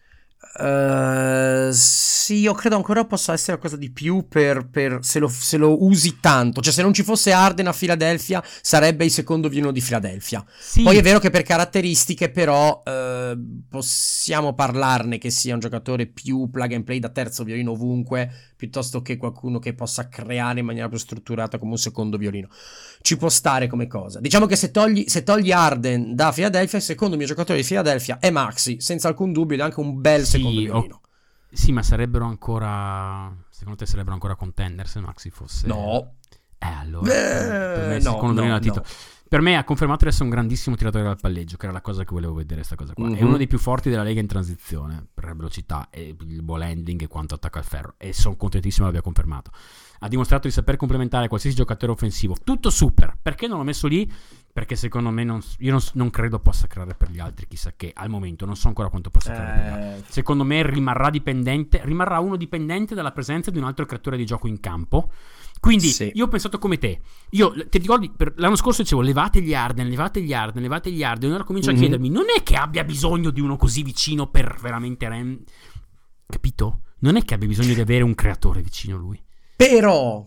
Sì, io credo ancora possa essere qualcosa di più per se lo usi tanto. Cioè, se non ci fosse Harden a Philadelphia, sarebbe il secondo violino di Philadelphia. Sì. Poi è vero che per caratteristiche, però, possiamo parlarne che sia un giocatore più plug and play da terzo violino ovunque, piuttosto che qualcuno che possa creare in maniera più strutturata come un secondo violino. Ci può stare come cosa. Diciamo che se togli Harden da Philadelphia, il secondo mio giocatore di Philadelphia è Maxi, senza alcun dubbio, ed è anche un bel secondo violino. Sì, ma sarebbero ancora... Secondo te sarebbero ancora contender se Maxi fosse... No. Allora... per me secondo violino da titolo. Per me ha confermato di essere un grandissimo tiratore dal palleggio, che era la cosa che volevo vedere, sta cosa qua. È uno dei più forti della Lega in transizione, per la velocità e il ball handling e quanto attacca al ferro. E sono contentissimo l'abbia confermato. Ha dimostrato di saper complementare qualsiasi giocatore offensivo. Tutto super. Perché non l'ho messo lì? Perché secondo me io non credo possa creare per gli altri, chissà che. Al momento non so ancora quanto possa creare per gli altri. Secondo me rimarrà uno dipendente dalla presenza di un altro creatore di gioco in campo. Quindi sì. Io ho pensato come te. Io ti ricordi, l'anno scorso dicevo levate gli Harden. E ora comincio a chiedermi, non è che abbia bisogno di uno così vicino per veramente capito? Non è che abbia bisogno di avere un creatore vicino a lui. Però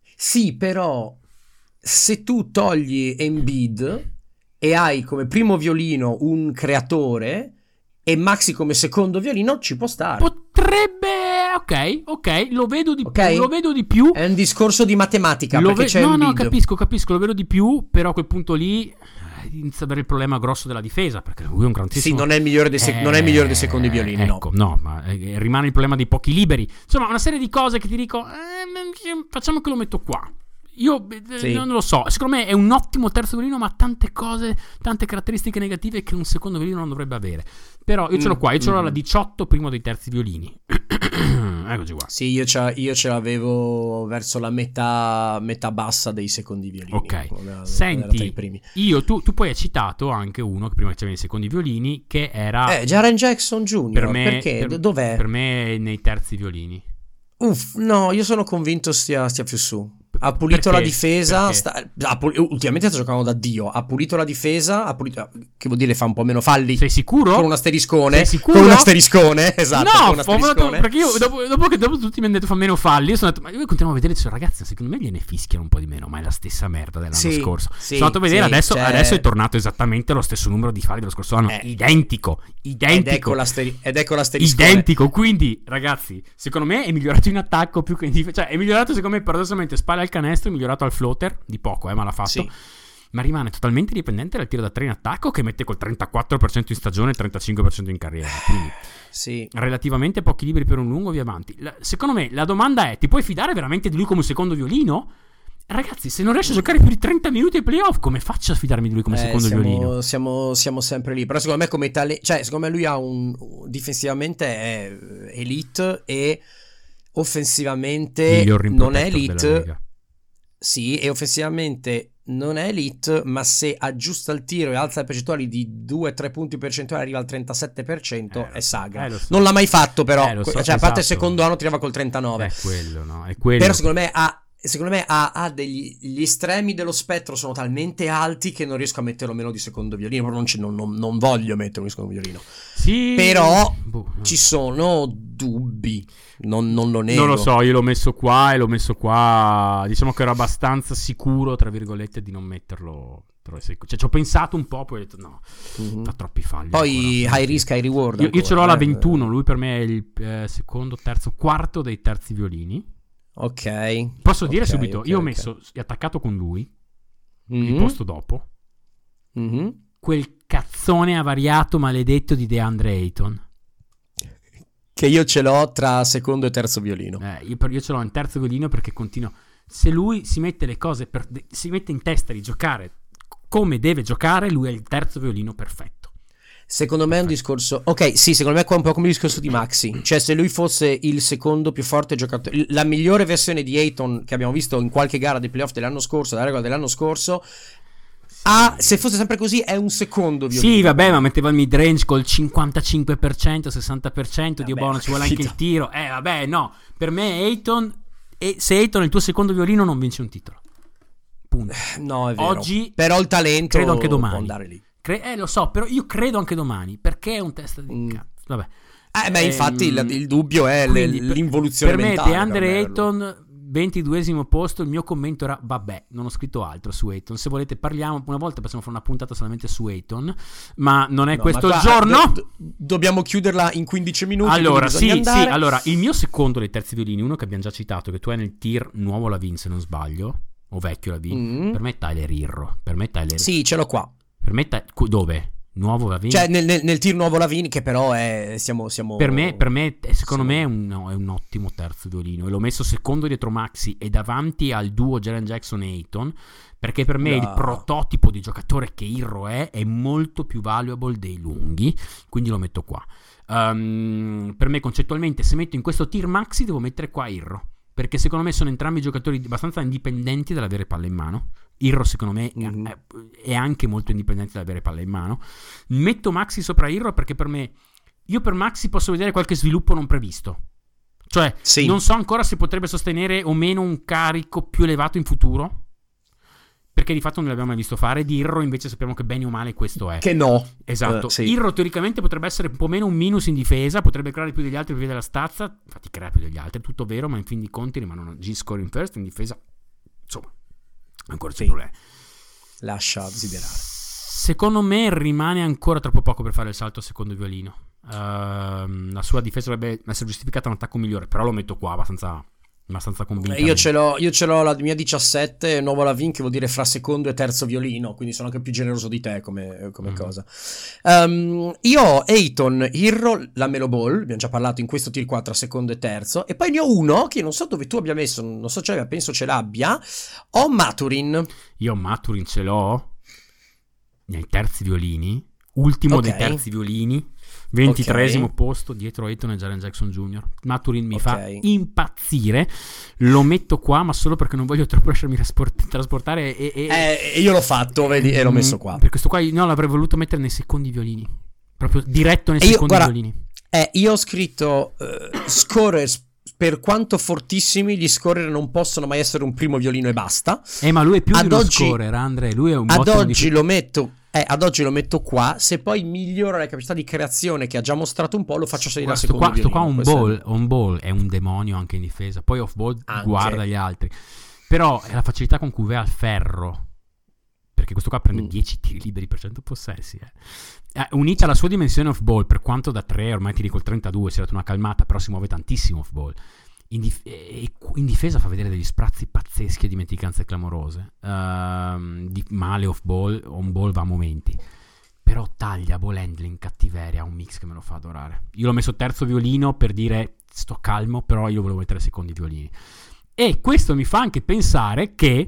se tu togli Embiid e hai come primo violino un creatore e Maxi come secondo violino, ci può stare. Potrebbe, ok, lo vedo di più. È un discorso di matematica, perché c'è Embiid. No, capisco, lo vedo di più, però a quel punto lì inizia ad avere il problema grosso della difesa, perché lui è un grandissimo... Sì, non è il migliore dei secondi violini, ecco, no, ma rimane il problema dei pochi liberi. Insomma, una serie di cose che ti dico, facciamo che lo metto qua. Io non lo so, secondo me è un ottimo terzo violino, ma ha tante cose, tante caratteristiche negative che un secondo violino non dovrebbe avere. Però io ce l'ho qua, io ce l'ho alla 18, primo dei terzi violini. Eccoci qua. Sì, io ce l'avevo verso la metà bassa dei secondi violini. Ok, senti, tu poi hai citato anche uno che prima c'era nei secondi violini, che era Jaren Jackson Jr. Per me, perché? Dov'è? Per me nei terzi violini. No, io sono convinto stia più su. Ha pulito la difesa. Ultimamente sta giocando da Dio. Ha pulito la difesa. Che vuol dire fa un po' meno falli. Sei sicuro? Con un asteriscone. Sei sicuro? Con un asteriscone. Esatto. No, con un asteriscone. Perché io dopo tutti mi hanno detto fa meno falli. Io sono andato, ma io continuavo a vedere. Dicevo, ragazzi, secondo me gliene fischiano un po' di meno. Ma è la stessa merda dell'anno scorso. Sono andato a vedere. Adesso è tornato esattamente lo stesso numero di falli dello scorso anno. Identico. Ed ecco l'asteriscone. Identico. Quindi, ragazzi, secondo me è migliorato in attacco più che in difesa. Cioè, è migliorato, secondo me, paradossalmente, spalle al canestro. È migliorato al floater, di poco, ma l'ha fatto. Sì. Ma rimane totalmente dipendente dal tiro da 3 in attacco, che mette col 34% in stagione e 35% in carriera. Quindi relativamente pochi liberi per un lungo via avanti. Secondo me la domanda è: ti puoi fidare veramente di lui come secondo violino? Ragazzi, se non riesce a giocare più di 30 minuti ai playoff, come faccio a fidarmi di lui come secondo violino? Siamo sempre lì. Però secondo me come secondo me lui ha difensivamente è elite e offensivamente non è elite. Sì, e offensivamente non è elite, ma se aggiusta il tiro e alza le percentuali di 2-3 punti percentuali, arriva al 37%, è sagra. So. Non l'ha mai fatto, però. A parte il secondo anno tirava col 39%. È quello, no? È quello. Però secondo me ha gli estremi dello spettro sono talmente alti che non riesco a metterlo meno di secondo violino. Proprio non voglio metterlo di secondo violino. Sì. Però ci sono dubbi. Non lo nego. Non lo so, io l'ho messo qua. Diciamo che ero abbastanza sicuro, tra virgolette, di non metterlo. Cioè, ci ho pensato un po', poi ho detto no, fa troppi falli. Poi high risk, high reward. Io ce l'ho alla 21. Lui per me è il secondo, terzo, quarto dei terzi violini. Ok. Posso dire subito, io ho messo attaccato con lui, il posto dopo, quel cazzone avariato maledetto di DeAndre Ayton. Che io ce l'ho tra secondo e terzo violino. Io ce l'ho in terzo violino perché continua. Se lui si mette le cose si mette in testa di giocare come deve giocare, lui è il terzo violino perfetto. Secondo me è un discorso. Ok, sì, secondo me è un po' come il discorso di Maxi. Cioè, se lui fosse il secondo più forte giocatore, la migliore versione di Ayton che abbiamo visto in qualche gara dei playoff dell'anno scorso, della regola dell'anno scorso. Se fosse sempre così è un secondo violino. Sì, vabbè, ma metteva il mid range col 55%, 60%. Dio buono, ci vuole anche il tiro. Vabbè, no. Per me Ayton e se Ayton è il tuo secondo violino non vinci un titolo. Punto. No, è vero. Oggi però il talento credo anche domani può andare lì. Lo so, però io credo anche domani, perché è un test di cazzo. Vabbè. Infatti il dubbio è l'involuzione per mentale. Me DeAndre Ayton 22esimo posto. Il mio commento era vabbè, non ho scritto altro su Ayton. Se volete parliamo una volta, possiamo fare una puntata solamente su Ayton, ma non è questo il giorno. Dobbiamo chiuderla in 15 minuti. Allora sì, allora il mio secondo dei terzi violini, uno che abbiamo già citato, che tu hai nel tier nuovo Lavin se non sbaglio, o vecchio Lavin, per me è Tyler Herro. Sì, ce l'ho qua. Per me dove? Nuovo Lavin? Cioè nel tier nuovo Lavin, che però è siamo per me secondo me è un ottimo terzo violino, e l'ho messo secondo dietro Maxi e davanti al duo Jaren Jackson e Ayton, perché per me il prototipo di giocatore che Herro è molto più valuable dei lunghi, quindi lo metto qua. Per me concettualmente, se metto in questo tier Maxi devo mettere qua Herro, perché secondo me sono entrambi giocatori abbastanza indipendenti dall'avere palla in mano. Herro secondo me è anche molto indipendente dall'avere palla in mano. Metto Maxi sopra Herro perché per me, io per Maxi posso vedere qualche sviluppo non previsto, cioè non so ancora se potrebbe sostenere o meno un carico più elevato in futuro, perché di fatto non l'abbiamo mai visto fare. Di Herro invece sappiamo che bene o male questo è. Che no. Esatto. Herro teoricamente potrebbe essere un po' meno un minus in difesa, potrebbe creare più degli altri per via della stazza, infatti crea più degli altri, tutto vero, ma in fin di conti rimane una G-score in first, in difesa insomma ancora c'è problema. Lascia desiderare. Secondo me rimane ancora troppo poco per fare il salto al secondo violino. La sua difesa dovrebbe essere giustificata un attacco migliore, però lo metto qua abbastanza convinto. Io ce l'ho la mia 17 nuovo Lavin, che vuol dire fra secondo e terzo violino, quindi sono anche più generoso di te come cosa. Io ho Ayton, Herro, Lamelo Ball, abbiamo già parlato in questo tier 4 secondo e terzo, e poi ne ho uno che non so dove tu abbia messo, non so, cioè, penso ce l'abbia. Ho Mathurin. Io Mathurin ce l'ho nei terzi violini, ultimo dei terzi violini, 23esimo posto dietro Ayton e Jaren Jackson Jr. Mathurin mi fa impazzire, lo metto qua ma solo perché non voglio troppo lasciarmi trasportare e io l'ho fatto, vedi, e l'ho messo qua. Per questo qua l'avrei voluto mettere nei secondi violini, proprio diretto nei secondi violini. Io ho scritto scorers, per quanto fortissimi gli scorer non possono mai essere un primo violino e basta. Ma lui è più di uno scorer, Andre, lui è un ad oggi lo metto qua. Se poi migliora le capacità di creazione che ha già mostrato un po', lo faccio salire al secondo violino. Questo qua on ball è un demonio anche in difesa, poi off ball guarda gli altri, però è la facilità con cui va al ferro, perché questo qua prende 10 tiri liberi per 100 possessi, unita alla sua dimensione off ball, per quanto da 3 ormai tiri col 32 si è dato una calmata, però si muove tantissimo off ball. In difesa fa vedere degli sprazzi pazzeschi e dimenticanze clamorose, di male off ball, on ball va a momenti, però taglia, ball handling, cattiveria, un mix che me lo fa adorare. Io l'ho messo terzo violino per dire sto calmo, però io volevo mettere secondi violini, e questo mi fa anche pensare che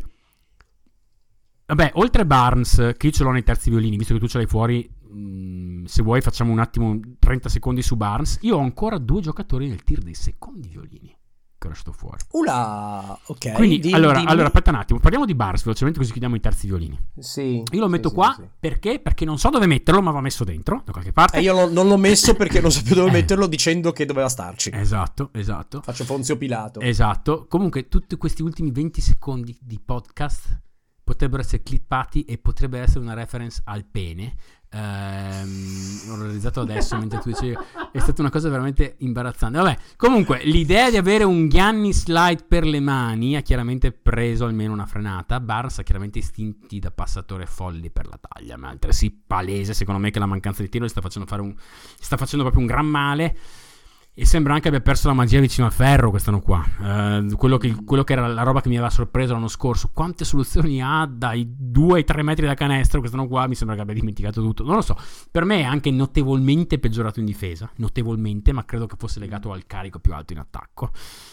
vabbè, oltre Barnes, che io ce l'ho nei terzi violini, visto che tu ce l'hai fuori, se vuoi facciamo un attimo 30 secondi su Barnes. Io ho ancora 2 giocatori nel tier dei secondi violini che ho lasciato fuori. Ok. Quindi allora aspetta un attimo, parliamo di Barnes velocemente così chiudiamo i terzi violini. Sì. Io lo metto qua. Perché? Perché non so dove metterlo, ma va messo dentro da qualche parte. Io non l'ho messo perché non sapevo dove metterlo, dicendo che doveva starci. Esatto. Faccio Ponzio Pilato. Esatto. Comunque tutti questi ultimi 20 secondi di podcast potrebbero essere clippati e potrebbe essere una reference al pene. L'ho realizzato adesso mentre tu dicevi, è stata una cosa veramente imbarazzante. Vabbè, comunque l'idea di avere un Giannis Light per le mani ha chiaramente preso almeno una frenata. Barnes ha chiaramente istinti da passatore folli per la taglia, ma altresì palese secondo me che la mancanza di tiro gli sta facendo proprio un gran male. E sembra anche abbia perso la magia vicino al ferro quest'anno qua. Quello che era la roba che mi aveva sorpreso l'anno scorso, quante soluzioni ha dai 2 ai 3 metri da canestro, quest'anno qua mi sembra che abbia dimenticato tutto. Non lo so, per me è anche notevolmente peggiorato in difesa, notevolmente, ma credo che fosse legato al carico più alto in attacco.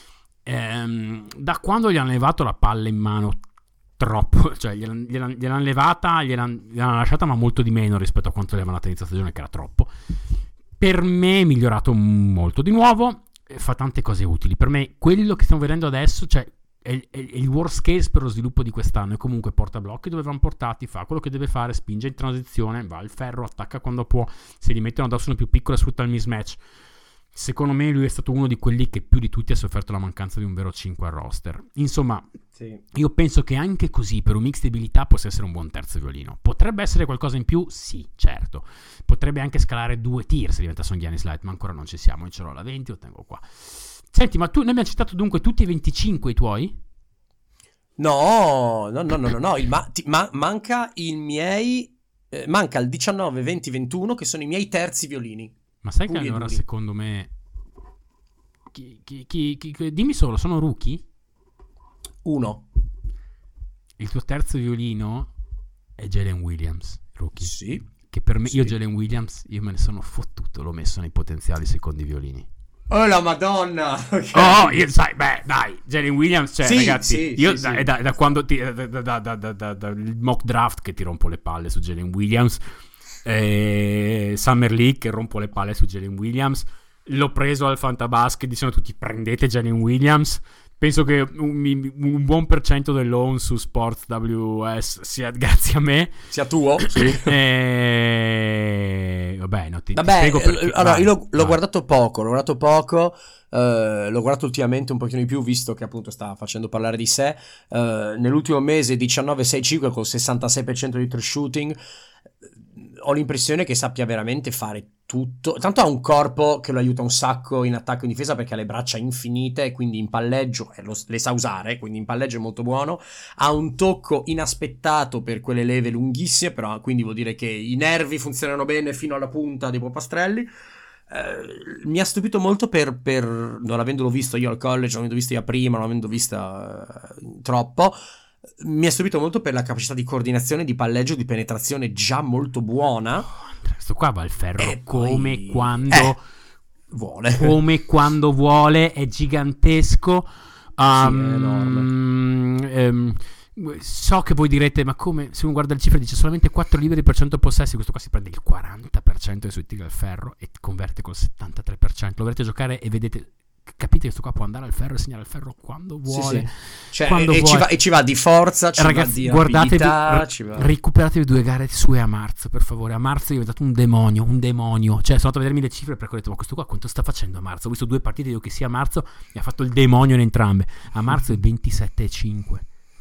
Da quando gli hanno levato la palla in mano troppo, cioè gliel'hanno levata, gliel'hanno lasciata, ma molto di meno rispetto a quanto gli avevano dato inizio stagione, che era troppo. Per me è migliorato molto di nuovo, fa tante cose utili. Per me quello che stiamo vedendo adesso, cioè è il worst case per lo sviluppo di quest'anno, e comunque porta blocchi dove vanno portati, fa quello che deve fare, spinge in transizione, va al ferro, attacca quando può, se li mettono addosso una più piccola sfrutta il mismatch. secondo me lui è stato uno di quelli che più di tutti ha sofferto la mancanza di un vero 5 al roster. Insomma, sì, io penso che anche così, per un mix di abilità, possa essere un buon terzo violino. Potrebbe essere qualcosa in più? Sì, certo. Potrebbe anche scalare 2 tier se diventasse un Giannis Light, ma ancora non ci siamo. Io ce l'ho la 20, lo tengo qua. Senti, ma noi abbiamo citato dunque tutti i 25 i tuoi? No. Manca i miei... manca il 19, 20, 21 che sono i miei terzi violini. Ma sai che allora secondo me dimmi solo, sono rookie? 1. Il tuo terzo violino è Jalen Williams, rookie. Sì. Che per me, io Jalen Williams, io me ne sono fottuto, l'ho messo nei potenziali secondi violini. Oh la madonna! Okay. Io sai, beh, dai, Jalen Williams, cioè, sì, ragazzi, io sì. Da quando dal mock draft che ti rompo le palle su Jalen Williams, Summer League che rompo le palle su Jalen Williams, l'ho preso al Fantabasket dicendo tutti prendete Jalen Williams. Penso che un buon percento dell'own su Sports WS sia grazie a me. Sia tuo? Sì. Ti spiego perché. Allora, io l'ho guardato poco. L'ho guardato ultimamente un pochino di più, visto che appunto sta facendo parlare di sé. Nell'ultimo mese 19-6-5 con 66% di true shooting. Ho l'impressione che sappia veramente fare tutto. Tanto ha un corpo che lo aiuta un sacco in attacco e in difesa perché ha le braccia infinite e quindi in palleggio le sa usare, quindi in palleggio è molto buono. Ha un tocco inaspettato per quelle leve lunghissime, però quindi vuol dire che i nervi funzionano bene fino alla punta dei popastrelli. Mi ha stupito molto per non avendolo visto io al college, non avendo visto io prima, non avendo vista troppo. Mi è stupito molto per la capacità di coordinazione, di palleggio, di penetrazione già molto buona. Questo qua va al ferro come quando vuole. Come quando vuole, è gigantesco. Sì, è enorme. So che voi direte, ma come? Se uno guarda le cifre dice solamente 4 liberi per 100 possessi, questo qua si prende il 40% dei suoi tiri al ferro e converte col 73%. Lo vedete giocare e vedete... Capite che questo qua può andare al ferro e segnare al ferro quando vuole, sì. Cioè, quando vuole. Ci va di forza, ragazzi, va di guardatevi, recuperatevi 2 gare sue a marzo, per favore. A marzo è diventato un demonio. Cioè, sono andato a vedermi le cifre perché ho detto, ma questo qua quanto sta facendo a marzo? Ho visto 2 partite, io che sia a marzo mi ha fatto il demonio in entrambe. A marzo è 27,5,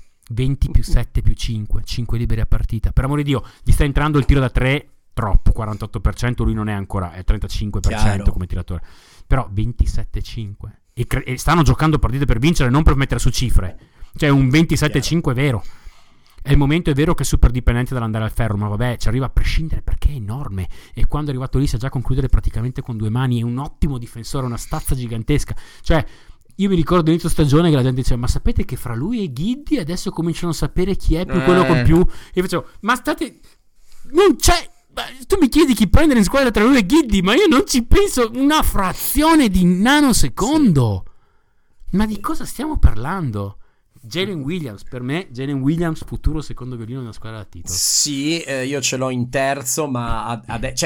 20 più 7 più 5 liberi a partita. Per amore di Dio, gli sta entrando il tiro da 3 troppo, 48%, lui non è ancora, è 35% chiaro, come tiratore. Però 27,5 e stanno giocando partite per vincere, non per mettere su cifre. Cioè un 27,5 è vero. È il momento, è vero che è super dipendente dall'andare al ferro, ma vabbè, ci arriva a prescindere perché è enorme. E quando è arrivato lì sa già concludere praticamente con 2 mani. È un ottimo difensore, una stazza gigantesca. Cioè, io mi ricordo inizio stagione che la gente diceva, ma sapete che fra lui e Giddy adesso cominciano a sapere chi è più quello con più. E io facevo, ma state... non c'è... Tu mi chiedi chi prendere in squadra tra lui e Giddy, ma io non ci penso una frazione di nanosecondo. Sì. Ma di cosa stiamo parlando? Jalen Williams, per me Jalen Williams futuro secondo violino nella squadra da titolo. Sì, io ce l'ho in terzo, ma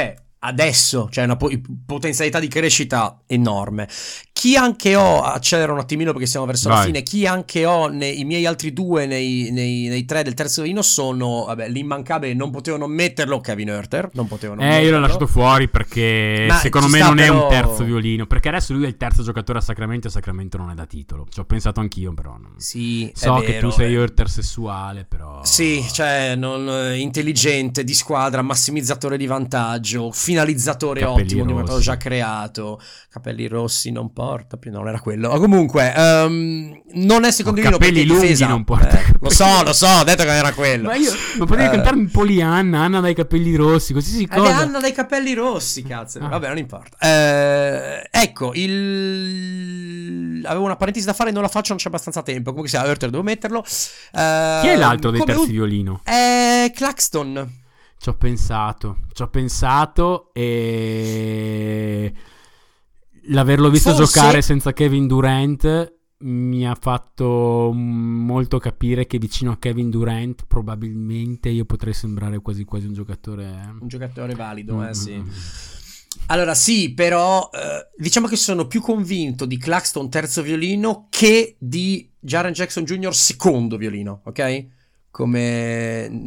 adesso c'è una potenzialità di crescita enorme. Chi anche ho, accelero un attimino perché siamo verso la fine, chi anche ho i miei altri 2 nei 3 del terzo violino sono, vabbè, l'immancabile, non potevo non metterlo, Kevin Huerter, non potevo non metterlo. Io l'ho lasciato fuori perché secondo me non è un terzo violino, perché adesso lui è il terzo giocatore a Sacramento e Sacramento non è da titolo. Ci ho pensato anch'io, però non... Sì, so è che vero, tu sei Huerter sessuale, però... Sì, cioè intelligente, di squadra, massimizzatore di vantaggio, finalizzatore capelli ottimo, di un metodo già creato, capelli rossi non porta più, non era quello. Ma comunque non è secondo me capelli lunghi difesa, non porta. Lo so, ho detto che non era quello. Ma io non potevi cantarmi Polianna, Anna dai capelli rossi, qualsiasi cosa. Anna dai capelli rossi, cazzo. Vabbè, non importa. Ecco, avevo una parentesi da fare, non la faccio, non c'è abbastanza tempo. Comunque sia, Huerter devo metterlo. Chi è l'altro dei terzi violino? Claxton. Ci ho pensato e l'averlo visto giocare senza Kevin Durant mi ha fatto molto capire che vicino a Kevin Durant probabilmente io potrei sembrare quasi quasi un giocatore valido, sì. Allora sì, però diciamo che sono più convinto di Claxton terzo violino che di Jaren Jackson Jr. secondo violino, ok? Come...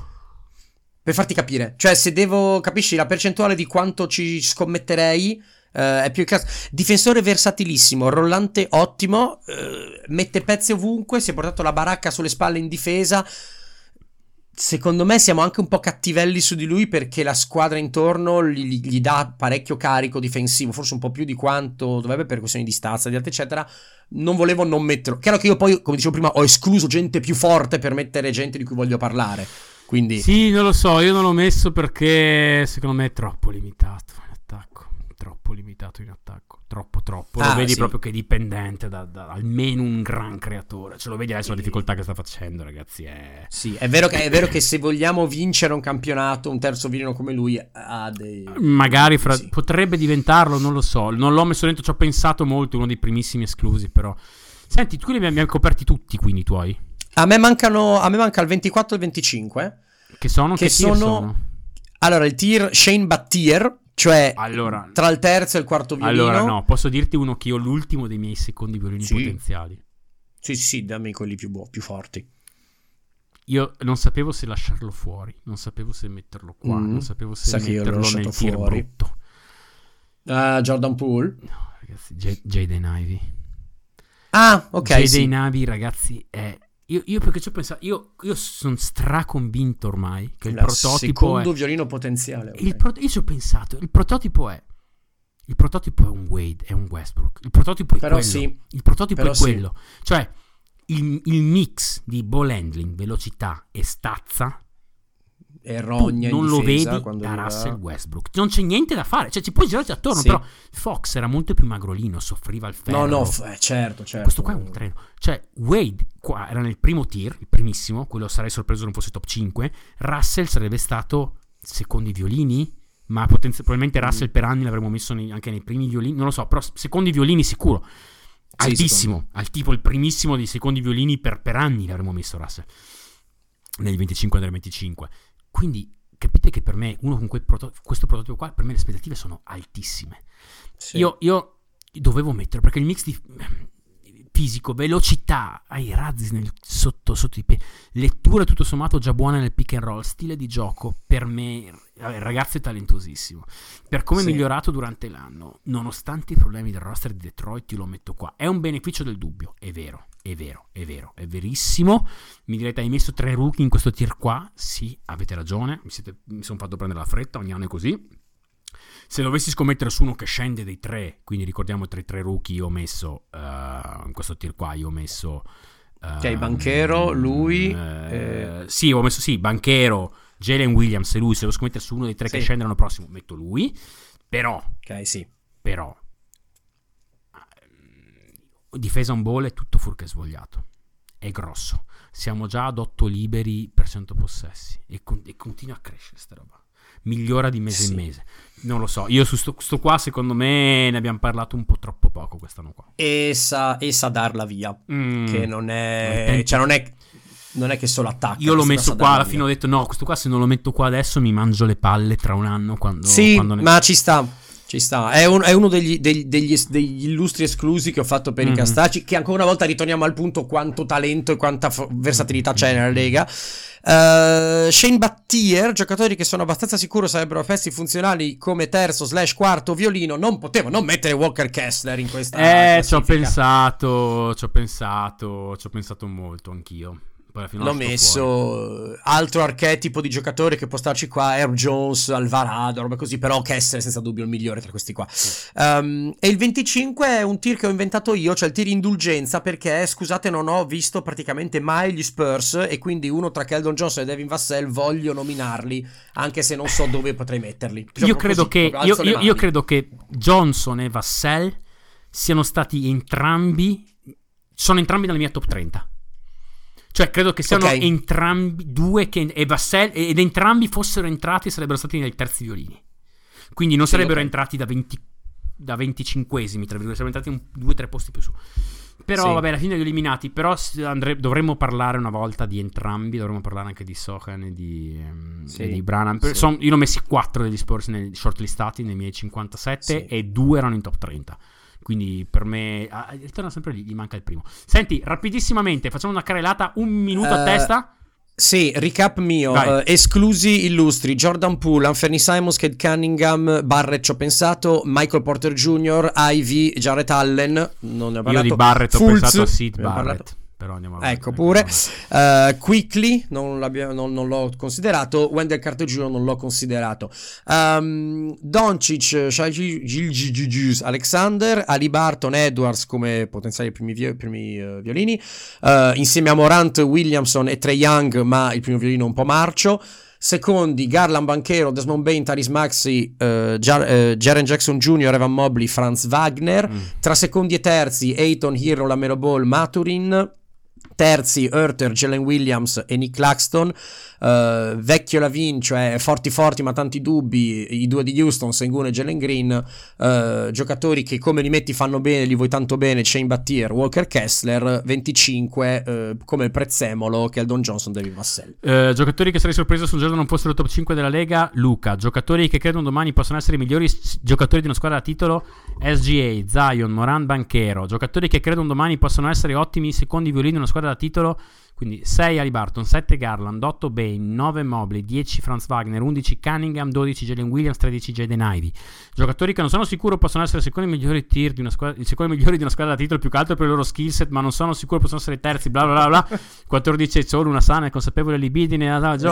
per farti capire, cioè se devo, capisci la percentuale di quanto ci scommetterei, È più difensore versatilissimo, rollante ottimo, mette pezzi ovunque, si è portato la baracca sulle spalle in difesa. Secondo me siamo anche un po' cattivelli su di lui perché la squadra intorno gli dà parecchio carico difensivo, forse un po' più di quanto dovrebbe per questioni di stazza, di altre eccetera. Non volevo non metterlo. Chiaro che io poi, come dicevo prima, ho escluso gente più forte per mettere gente di cui voglio parlare. Quindi sì, non lo so, io non l'ho messo perché secondo me è troppo limitato in attacco. Troppo limitato in attacco. Troppo. Lo vedi sì. proprio che è dipendente da almeno un gran creatore. Ce lo vedi adesso la difficoltà che sta facendo, ragazzi. Sì, è vero che se vogliamo vincere un campionato, un terzo violino come lui ha dei... Magari potrebbe diventarlo, non lo so. Non l'ho messo dentro, ci ho pensato molto, uno dei primissimi esclusi, però. Senti, tu li abbiamo coperti tutti, quindi i tuoi? A me manca il 24 e il 25. Che sono? Allora, il tier Shane Battier, cioè tra il terzo e il quarto violino. Allora, no, posso dirti uno che io l'ultimo dei miei secondi violini potenziali. Sì, dammi quelli più forti. Io non sapevo se lasciarlo fuori, non sapevo se metterlo qua, non sapevo se metterlo nel tier brutto. Jordan Poole? No, ragazzi, Jaden Ivey. Ah, ok. Jaden Ivey, ragazzi, è... Io perché ci ho pensato, io sono straconvinto ormai che il prototipo secondo violino potenziale. Okay. Io ci ho pensato, il prototipo è un Wade, è un Westbrook. Il prototipo è quello. Sì. Il prototipo è quello. Cioè il mix di ball handling, velocità e stazza e rogna non lo vedi da Russell Westbrook. Non c'è niente da fare, cioè ci puoi girarci attorno, però Fox era molto più magrolino, soffriva il ferro. Certo. Questo qua è un treno. Cioè Wade qua era nel primo tier, il primissimo, quello sarei sorpreso non fosse top 5. Russell sarebbe stato secondi violini, ma probabilmente Russell per anni l'avremmo messo anche nei primi violini, non lo so, però secondi violini sicuro. Altissimo, al tipo il primissimo dei secondi violini per anni l'avremmo messo Russell nel 25 e nel 25. Quindi capite che per me uno con questo prototipo qua, per me le aspettative sono altissime. Sì. Io dovevo metterlo perché il mix di fisico, velocità, ai razzi sotto i piedi, lettura tutto sommato già buona nel pick and roll, stile di gioco per me, il ragazzo è talentosissimo, per come è migliorato durante l'anno, nonostante i problemi del roster di Detroit, io lo metto qua. È un beneficio del dubbio, è vero, è verissimo. Mi direte, hai messo 3 rookie in questo tier qua? Sì, avete ragione, mi sono fatto prendere la fretta, ogni anno è così. Se dovessi scommettere su uno che scende dei 3, quindi ricordiamo tra i 3 rookie, io ho messo in questo tier qua, Banchero, lui sì, ho messo Banchero, Jalen Williams e lui. Se devo scommettere su uno dei 3 che scende l'anno prossimo, metto lui. Però difesa on ball è tutto fuorché svogliato, è grosso, siamo già ad 8 liberi per 100 possessi e continua a crescere sta roba, migliora di mese in mese. Non lo so, io su sto qua secondo me ne abbiamo parlato un po' troppo poco quest'anno qua. E sa darla via, che non è non è che solo attacca. Io l'ho messo qua, alla fine ho detto no, questo qua se non lo metto qua adesso mi mangio le palle tra un anno ma ci sta, è uno degli illustri esclusi che ho fatto per i Castacci, che ancora una volta ritorniamo al punto quanto talento e quanta versatilità c'è nella Lega. Shane Battier, giocatori che sono abbastanza sicuro sarebbero pezzi funzionali come terzo / quarto violino. Non potevo non mettere Walker Kessler in questa classifica. Ci ho pensato molto anch'io. L'ho messo altro archetipo di giocatore che può starci qua, Herb Jones, Alvarado, roba così, però Kessler è senza dubbio il migliore tra questi qua. E il 25 è un tier che ho inventato io, cioè il tier indulgenza, perché scusate non ho visto praticamente mai gli Spurs e quindi uno tra Keldon Johnson e Devin Vassell voglio nominarli, anche se non so dove potrei metterli. Io credo che Johnson e Vassell sono entrambi nella mia top 30. Cioè credo che siano entrambi due e Vassell, ed entrambi fossero entrati, sarebbero stati nei terzi violini, quindi non sarebbero entrati da 25esimi, tra virgolette, sarebbero entrati 2-3 posti più su. Però vabbè, alla fine li ho eliminati. Però dovremmo parlare una volta di entrambi, dovremmo parlare anche di Sohan e di Branham. Io ne ho messi 4 degli Spurs shortlistati nei miei 57 e 2 erano in top 30. Quindi per me ritorna sempre lì, gli manca il primo. Senti, rapidissimamente facciamo una carrellata, un minuto a testa. Sì, recap mio, esclusi illustri: Jordan Poole, Anthony Simons, Cade Cunningham, Barrett ci ho pensato, Michael Porter Jr., Ivy, Jarrett Allen, non ne ho parlato. Io di Barrett ho Fultz, pensato a Sid Barrett, però andiamo avanti. Ecco pure. Quickly non l'ho considerato, Wendell Carter Jr. non l'ho considerato. Doncic, Alexander, Ali Barton, Edwards come potenziali primi violini, insieme a Morant, Williamson e Trae Young, ma il primo violino un po' marcio. Secondi, Garland, Banchero, Desmond Bane, Tyrese Maxey, Jaren Jackson Jr., Evan Mobley, Franz Wagner. Tra secondi e terzi, Ayton, Hero, Lamelo Ball, Maturin. Terzi, Hurter, Jalen Williams e Nick Claxton. Vecchio Lavin, cioè forti ma tanti dubbi, i due di Houston, Sengun e Jalen Green. Giocatori che come li metti fanno bene, li vuoi tanto bene, Shane Battier, Walker Kessler. 25 come prezzemolo, Keldon Johnson, David Vassell. Giocatori che sarei sorpreso se un giorno non fossero top 5 della Lega, Luca. Giocatori che credo domani possono essere i migliori giocatori di una squadra da titolo, SGA, Zion, Morant, Banchero. Giocatori che credo domani possono essere ottimi secondi violini di una squadra da titolo, quindi 6 Ali Barton, 7 Garland, 8 Bane, 9 Mobley, 10 Franz Wagner, 11 Cunningham, 12 Jalen Williams, 13 Jaden Ivey. Giocatori che non sono sicuro possono essere i secondi migliori tier di una squadra, i secondi migliori di una squadra da titolo, più che altro per il loro skill set, ma non sono sicuro possono essere terzi, bla bla bla bla. 14 solo una sana e consapevole libidine,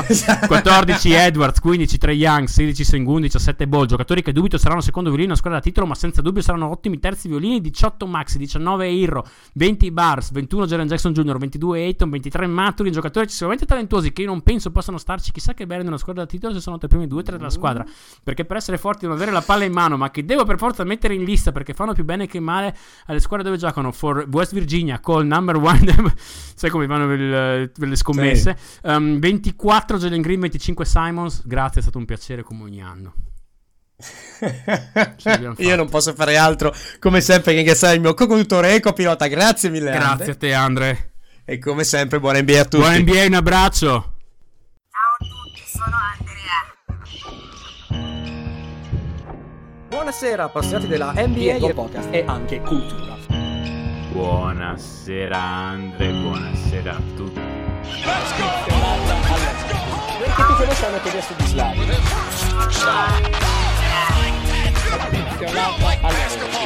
14 Edwards, 15 Trae Young, 16 Sengun, 17 Ball. Giocatori che dubito saranno secondo violino di una squadra da titolo, ma senza dubbio saranno ottimi terzi violini. 18 Maxi, 19 Irro, 20 Bars, 21 Jaren Jackson Jr., 22 Ayton, 23 Maturin. Giocatori sicuramente talentuosi che io non penso possano starci chissà che bene in una squadra da titolo se sono tra i primi 2-3 della squadra, perché per essere forti devono avere la palla in mano, ma che devo per forza mettere in lista perché fanno più bene che male alle squadre dove giocano. For West Virginia, call number one sai come vanno per le scommesse. Sì. 24 Jalen Green, 25 Simons. Grazie, è stato un piacere come ogni anno. Io non posso fare altro come sempre che sei il mio co-conduttore e copilota. Grazie mille. Grazie a te, Andre. E come sempre buona NBA a tutti. Buona NBA, un abbraccio. Ciao a tutti, sono Andrea. Buonasera appassionati della NBA e podcast e anche cultura. Buonasera Andre, buonasera a tutti. Let's go! Perché tu conosci hanno chiesto di Slavia?